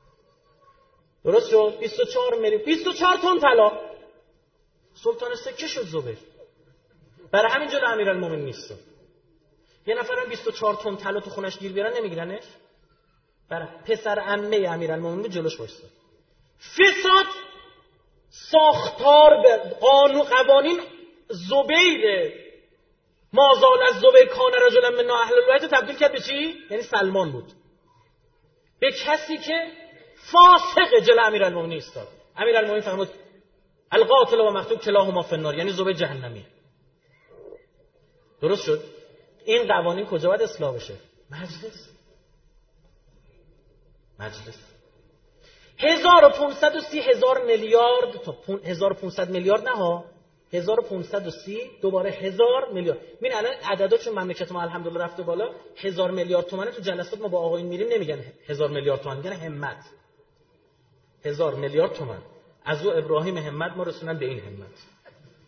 درست شد؟ بیست و چهار میلیون، بیست و چهار تن طلا. سلطان سکه شد زبیر. برای همین جلو امیرالمومنین نیست. یه نفرم بیست و چهار تن طلا تو خونش گیر بیارن نمیگیرنش. برای پسر عمه امیرالمومنین جلوش وایساد. فساد ساختار به قانون قوانین زبیر مازال از زبیر کان رجلا من اهل البیت تبدیل کرد به چی؟ یعنی سلمان بود. به کسی که فاسق جلو امیرالمومنین ایستاد. امیرالمومنین فرمود القاتل و مقتول کلاهما فی النار، یعنی زبیر جهنمیه. درست شد؟ این قوانین کجا باید اصلاح بشه؟ مجلس. مجلس. هزار و پانصد و سی هزار میلیارد تا هزار و پانصد میلیارد نه ها، هزار و پانصد و سی دوباره هزار میلیارد. ببین الان عددا چون مملکت ما الحمدلله رفته بالا، هزار میلیارد تومانه. تو جلسات ما با آقایون میریم نمیگن هزار میلیارد تومان، میگن همت. هزار میلیارد تومان. از او ابراهیم همت ما رسوندن به این همت.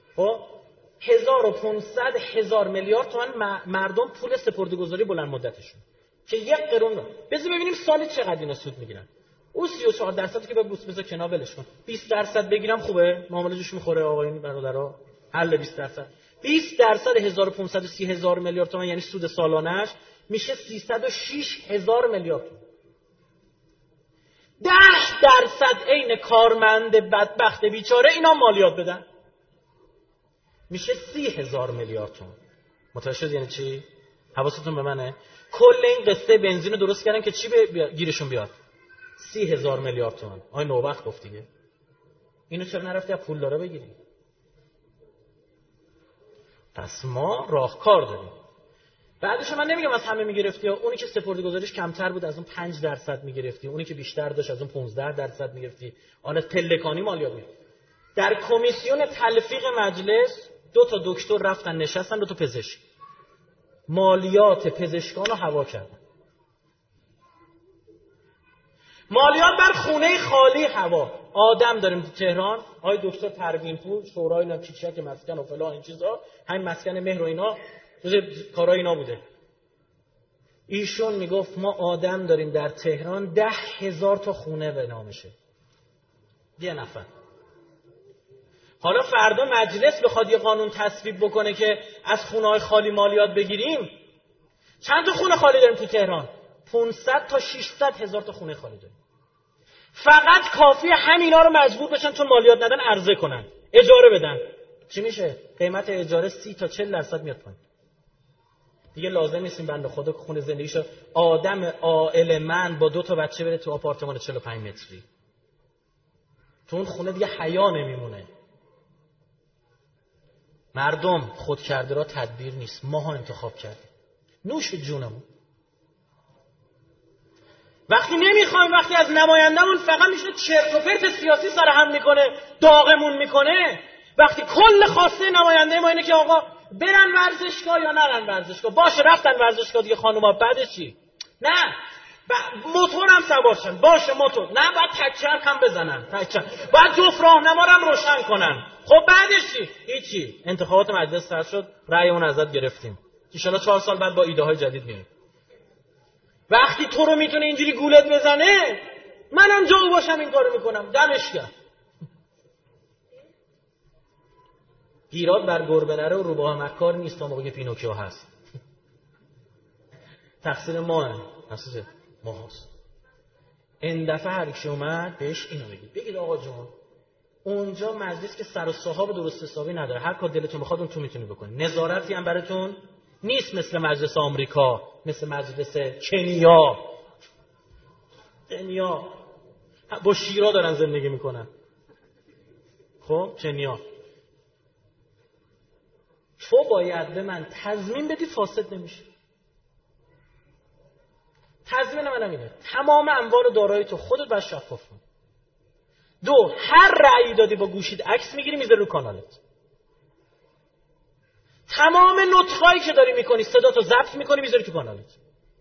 خب هزار و پانصد هزار میلیارد تومان مردم پول سپرده‌گذاری بلند مدتشون که یک قرون رو بذار ببینیم سال چقدر اینا سود میگیرن. اون سی و چهار درصد که به بوس بذار کنار ولش کن. بیست درصد بگیرم خوبه؟ معامله جوش میخوره آقایون برادرها. حل بیست درصد. بیست درصد هزار و پانصد و سی هزار میلیارد تومان یعنی سود سالانه‌اش میشه سیصد و شش هزار میلیارد تومان. ده درصد عین کارمند بدبخت بیچاره اینا مالیات بدن. میشه سی هزار میلیارد تومان. متوجه شد یعنی چی؟ حواستون به منه. کل این قصه بنزین رو درست کردن که چی بی... گیرشون بیاد؟ سی هزار میلیارد تومان. آی نوبخت گفت دیگه. اینو چرا نرفتی از پول داره بگیری؟ پس ما راهکار داریم. بعدش من نمیگم از همه میگرفتی، اونی که سپرده‌گذاریش کمتر بود از اون پنج درصد میگرفتی، اونی که بیشتر داشت از اون پانزده درصد میگرفتی. آن پلکانی مالیات میگرفتی. در کمیسیون تلفیق مجلس دو تا دکتر رفتن نشستن، دو تا پزشک. مالیات پزشکان رو هوا کردن. مالیات بر خونه خالی هوا. آدم داریم تو تهران، آقای دکتر پروین پور، شورای اینا چیچک مسکن و فلان این چیزا، همین مسکن مهر و اینا جز کارای اینا بوده. ایشون میگفت ما آدم داریم در تهران ده هزار تا خونه به نامشه. یه نفر. حالا فردا مجلس بخواد یه قانون تصویب بکنه که از خونه‌های خالی مالیات بگیریم. چند تا خونه خالی داریم تو تهران؟ پانصد تا ششصد هزار تا خونه خالی داریم. فقط کافیه همینا رو مجبور بشن چون مالیات ندن عرضه کنن، اجاره بدن. چی میشه؟ قیمت اجاره سی تا چهل درصد میاد پایین. دیگه لازم نیستیم بنده خدا که خونه زندگیشو آدم عاقل من با دو تا بچه بره تو آپارتمان چهل و پنج متری. تو اون خونه دیگه حیا نمیمونه. مردم خود کرده را تدبیر نیست، ماها انتخاب کردیم. نوش جونمون. وقتی نمیخوایم، وقتی از نمایندمون فقط میشه چرت و پرت سیاسی سر هم میکنه، داغمون میکنه، وقتی کل خواسته نماینده ما اینه که آقا برن ورزشگاه یا نرن ورزشگاه، باشه رفتن ورزشگاه دیگه خانوما، بعدش چی؟ نه ب... موتور هم سوار شن، باشه موتور، نه باید تکچرخ هم بزنن، تکچرخ باید جفت راهنما رو هم روشن کنن. خب بعدش چی؟ هیچی. انتخابات مجلس سر شد، رأی اون ازت گرفتیم، ان شاءالله چهار سال بعد با ایده های جدید میایم. وقتی تو رو میتونه اینجوری گولت بزنه، منم جا باشم این کارو میکنم، دمش گرم. گیراد بر گربه نره و روباه مکار نیست تا موقع پینوکیو هست. تقصیر ماه، تقصیر ما هست. این دفعه هر کی اومد بهش اینو بگید، بگید آقا جون اونجا مجلس که سر و صاحب درست حسابی نداره، هر کار دلتون بخواد اون تو میتونی بکنی، نظارتی هم براتون نیست مثل مجلس آمریکا، مثل مجلس کنیا. کنیا با شیرا دارن زندگی میکنن. خب کنیا تو باید به من تضمین بدی فاسد نمیشه. تضمین منم اینه تمام اموال دارایی تو خودت باید شفاف کنی. دو، هر رأیی دادی با گوشید عکس میگیری میذاری رو کانالت. تمام نطقایی که داری میکنی صداتو ضبط میکنی میذاری تو کانالت.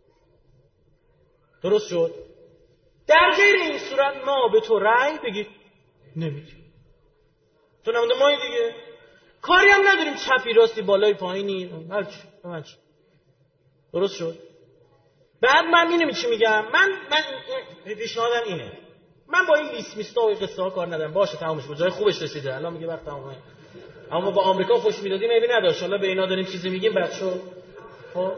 درست شد؟ در غیر این صورت ما به تو رأی بگید نمیدیم. تو نمونده مایی دیگه. کاری هم نداریم چپی راستی بالای پایینی هرچی هرچی. درست شد؟ بعد من اینو چی میگم؟ من من پیشنهادم اینه. من با این لیست میستا و قصه ها کار ندارم. باشه تمامش بود. جای خوبش رسیده. الان میگه وقت تمامه. اما با آمریکا خوش میدادیم ایبی نداشت. حالا به اینا داریم چیزی میگیم بچو. خب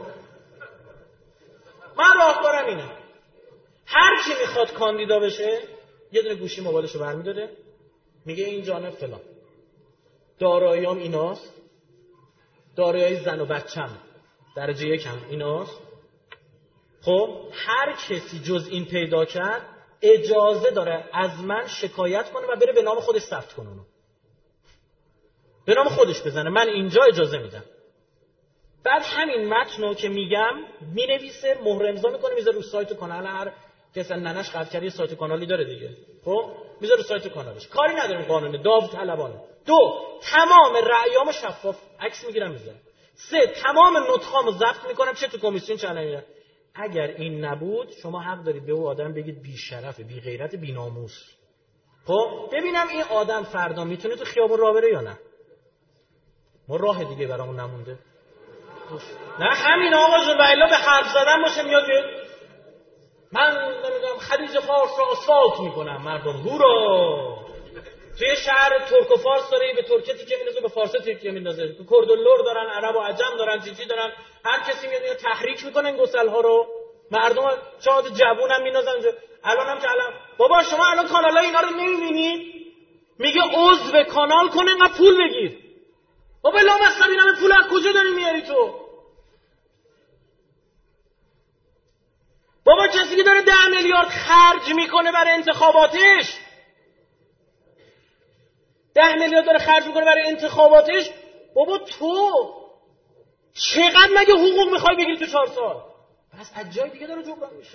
من راهکارم اینه. هر کی میخواد کاندیدا بشه یه دونه گوشی موبایلشو برمی‌داره میگه این جانب فلان. داراییام ایناست. دارایی زن و بچم درجه یکم ایناست. خب هر کسی جز این پیدا کرد اجازه داره از من شکایت کنه و بره به نام خودش ثبت کنه، به نام خودش بزنه من اینجا اجازه میدم. بعد همین متنو که میگم مینویسه، مهر امضا میکنه، میذاره رو سایت و کانال هر کسی ننش قطع کردی سایت و کانالی داره دیگه. خب میذاره رو سایت و کانالش. کاری نداریم قانون داوطلبانه. دو، تمام رأیامو شفاف عکس میگیرم میذارم. سه، تمام نطقامو ضبط میکنم چه تو کمیسیون چه نمیره. اگر این نبود شما حق دارید به اون آدم بگید بی شرف، بی غیرت، بی ناموس. خب ببینم این آدم فردا میتونه تو خیابون راه بره یا نه. ما راه دیگه برامون نمونده. نه همین آقا جون، و الا به حرف زدن باشه میاد من نمیدونم خلیج فارس رو آسفالت میکنم، مردم هورا. توی شهر ترک و فارس داره به ترکیه تیکه میندازه، به فارس تیکه میندازه، کرد و لر دارن، عرب و عجم دارن، چیچی دارن، هر کسی میاد تحریک میکنن گسل‌ها رو، مردم شاد جوونم میندازن. الان هم که الان بابا شما الان کانالای اینا رو نمیبینید؟ میگه عضو کانال کنه انقدر پول بگیر. بابا لامصب اینا به پول از کجا داری میاری تو؟ بابا کسی که داره ده میلیارد خرج میکنه برای انتخاباتش، ده میلیارد داره خرج میکنه برای انتخاباتش، بابا تو چقدر مگه حقوق میخوای بگیری تو چهار سال؟ پس از جای دیگه داره جبران میشه.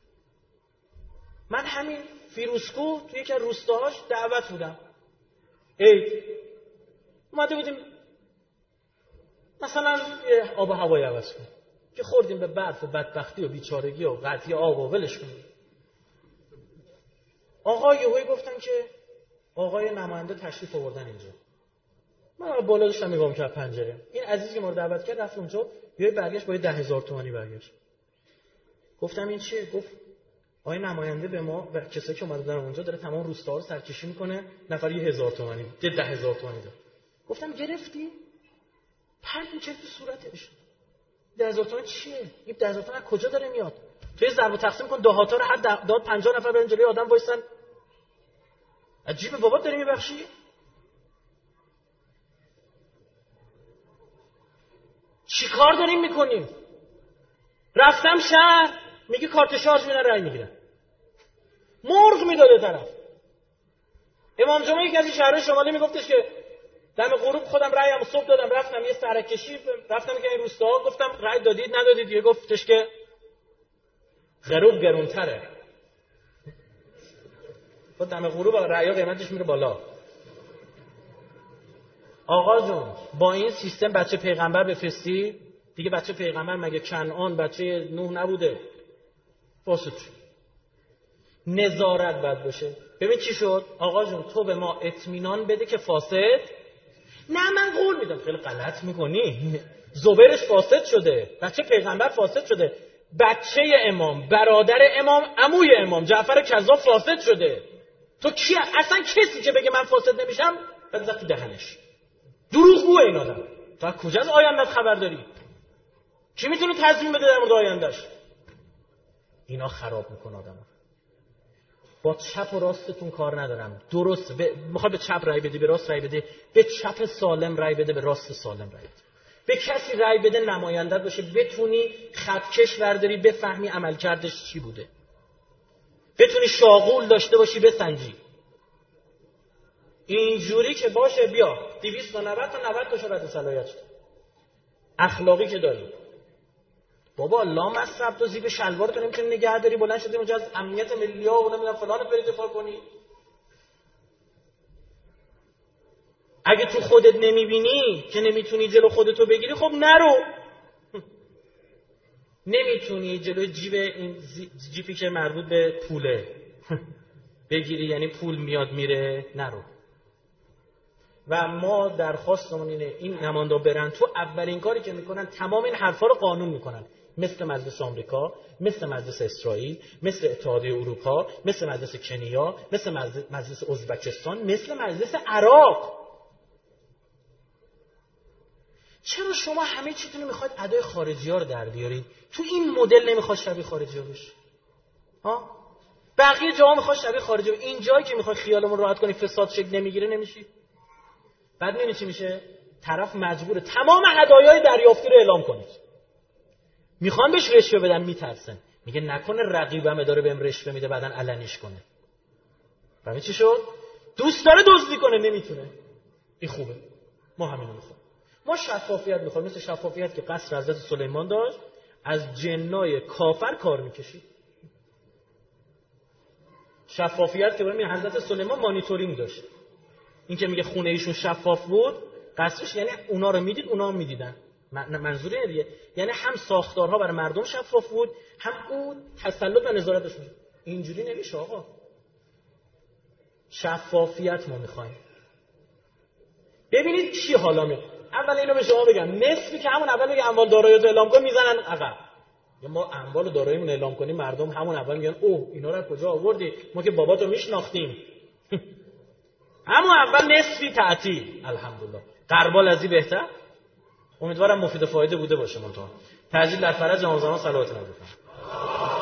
من همین فیروزکوه توی یکی از روستاهاش دعوت بودم، عید اومده بودیم مثلا آب و هوای عوض کنیم که خوردیم به برف و بدبختی و بیچارگی و قطعی آب و ولش کنیم. آقا یهویی گفتن که آقای نماینده تشریف آوردن اینجا. من بالا داشتم نگاه می‌کردم پنجره. این عزیزی که ما رو دعوت کرد رفت اونجا، یه برگشت با ده هزار تومانی برگشت. گفتم این چیه؟ گفت آقای نماینده به ما و کسایی که اومدن اونجا داره تمام روستا رو سرکشی میکنه، نفر یه هزار تومانی، ده ده هزار تومانی داد. گفتم گرفتی؟ پرت می‌کرد تو صورتش. ده هزار تومان چیه؟ این ده هزار تومان کجا داره میاد؟ توی ضرب و تقسیم کن دهاتا رو هر داد پنجاه نفر برن جلوی آدم وایسن. عجیبه بابا داری میبخشی؟ چی کار داریم میکنیم؟ رفتم شهر میگه کارت شارژ میدن رای میگیرن، مرغ میداده طرف. امام جمعه یکی از این شهرهای شمالی میگفتش که دم غروب خودم رایمو صبح دادم، رفتم یه سرکشی رفتم که این روستا گفتم رای دادید ندادید؟ یه گفتش که غروب گرونتره. خود دم غروب رای‌ها قیمتش میره بالا. آقا جون با این سیستم بچه پیغمبر بفرستی دیگه، بچه پیغمبر مگه کنعان بچه نوح نبوده؟ فاسد شد. نظارت باید باشه. ببین چی شد؟ آقا جون تو به ما اطمینان بده که فاسد نه، من قول میدم. خیلی غلط میکنی. زبرش فاسد شده، بچه پیغمبر فاسد شده، بچه امام، برادر امام، عموی امام جعفر کذاب فاسد شده. تو کی اصلا؟ کسی که بگه من فاسد نمیشم بعد زد تو دهنش. دروغگوه این آدم. تو کجا از آینده‌ات خبر داری؟ کی میتونه تضمین بده در مورد آیندهش؟ اینا خراب میکنه آدمو. با چپ و راستتون کار ندارم. درست ب... میخوای به چپ رای بدی به راست رای بده، به چپ سالم رای بده به راست سالم رای بده. به کسی رای بده نمایندت باشه، بتونی خطکش برداری، بفهمی عملکردش چی بوده، بتونی شاغول داشته باشی بسنجی. اینجوری که باشه بیا دویست و نود تا نود تا رد صلاحیت شد. اخلاقی که داری بابا لام از سبت و زیب شلوار تو نمیتونی نگه داری، بلند شدی اونجا از امنیت ملی ها و نمیدونم فلان بری دفاع کنی. اگه تو خودت نمیبینی که نمیتونی جلو خودتو بگیری خب نرو. نمیتونی جلو جیب این جیبی که مربوط به پوله بگیری، یعنی پول میاد میره، نرو. و ما درخواستمون اینه این نماینده برن تو، اولین کاری که میکنن تمام این حرفا رو قانون میکنن، مثل مجلس آمریکا، مثل مجلس اسرائیل، مثل اتحادیه اروپا، مثل مجلس کنیا، مثل مجلس ازبکستان، مثل مجلس عراق. چرا شما همه چیتون رو میخواید ادای خارجی ها رو در بیارید؟ تو این مدل نمیخواد شبیه خارجی ها بشه. ها؟ بقیه جاها میخواد شبیه خارجی ها. این جایی که میخواد خیالمون راحت کنی فساد شکل نمیگیره نمیشی. بعد میبینی چی میشه؟ طرف مجبوره تمام هدایای دریافتی رو اعلام کنه. میخوان بهش رشوه بدن میترسن. میگه نکنه رقیبم داره بهم رشوه میده بعدن علنیش کنه. ببین چی شد؟ دوست داره دزدی کنه نمیتونه. این خوبه. ما همین رو میخوایم. ما شفافیت میخوایم، مثل شفافیت که قصر حضرت سلیمان داشت، از جنای کافر کار میکشید. شفافیت که برای حضرت سلیمان مانیتورینگ داشت. این که میگه خونه ایشون شفاف بود، قصرش یعنی اونا رو میدید اونا هم میدیدن. منظور اینه دیگه، یعنی هم ساختارها برای مردم شفاف بود، هم اون تسلط و نظارتش بود. اینجوری نمیشه آقا. شفافیت ما میخوایم. ببینید چی حالا می اول اینو به شما بگم، نصفی که همون اول میگه اموال داراییت اعلام کن میزنن عقب. ما اموال داراییمون اعلام کنیم مردم همون اول میگن اوه اینا رو کجا آوردی؟ ما که باباتو میشناختیم. همون اول نصفی تعطیل. الحمدلله. غربال ازی بهتر. امیدوارم مفید و فایده بوده باشه. منتها تعجیل در فرج امام زمان صلوات الله علیه.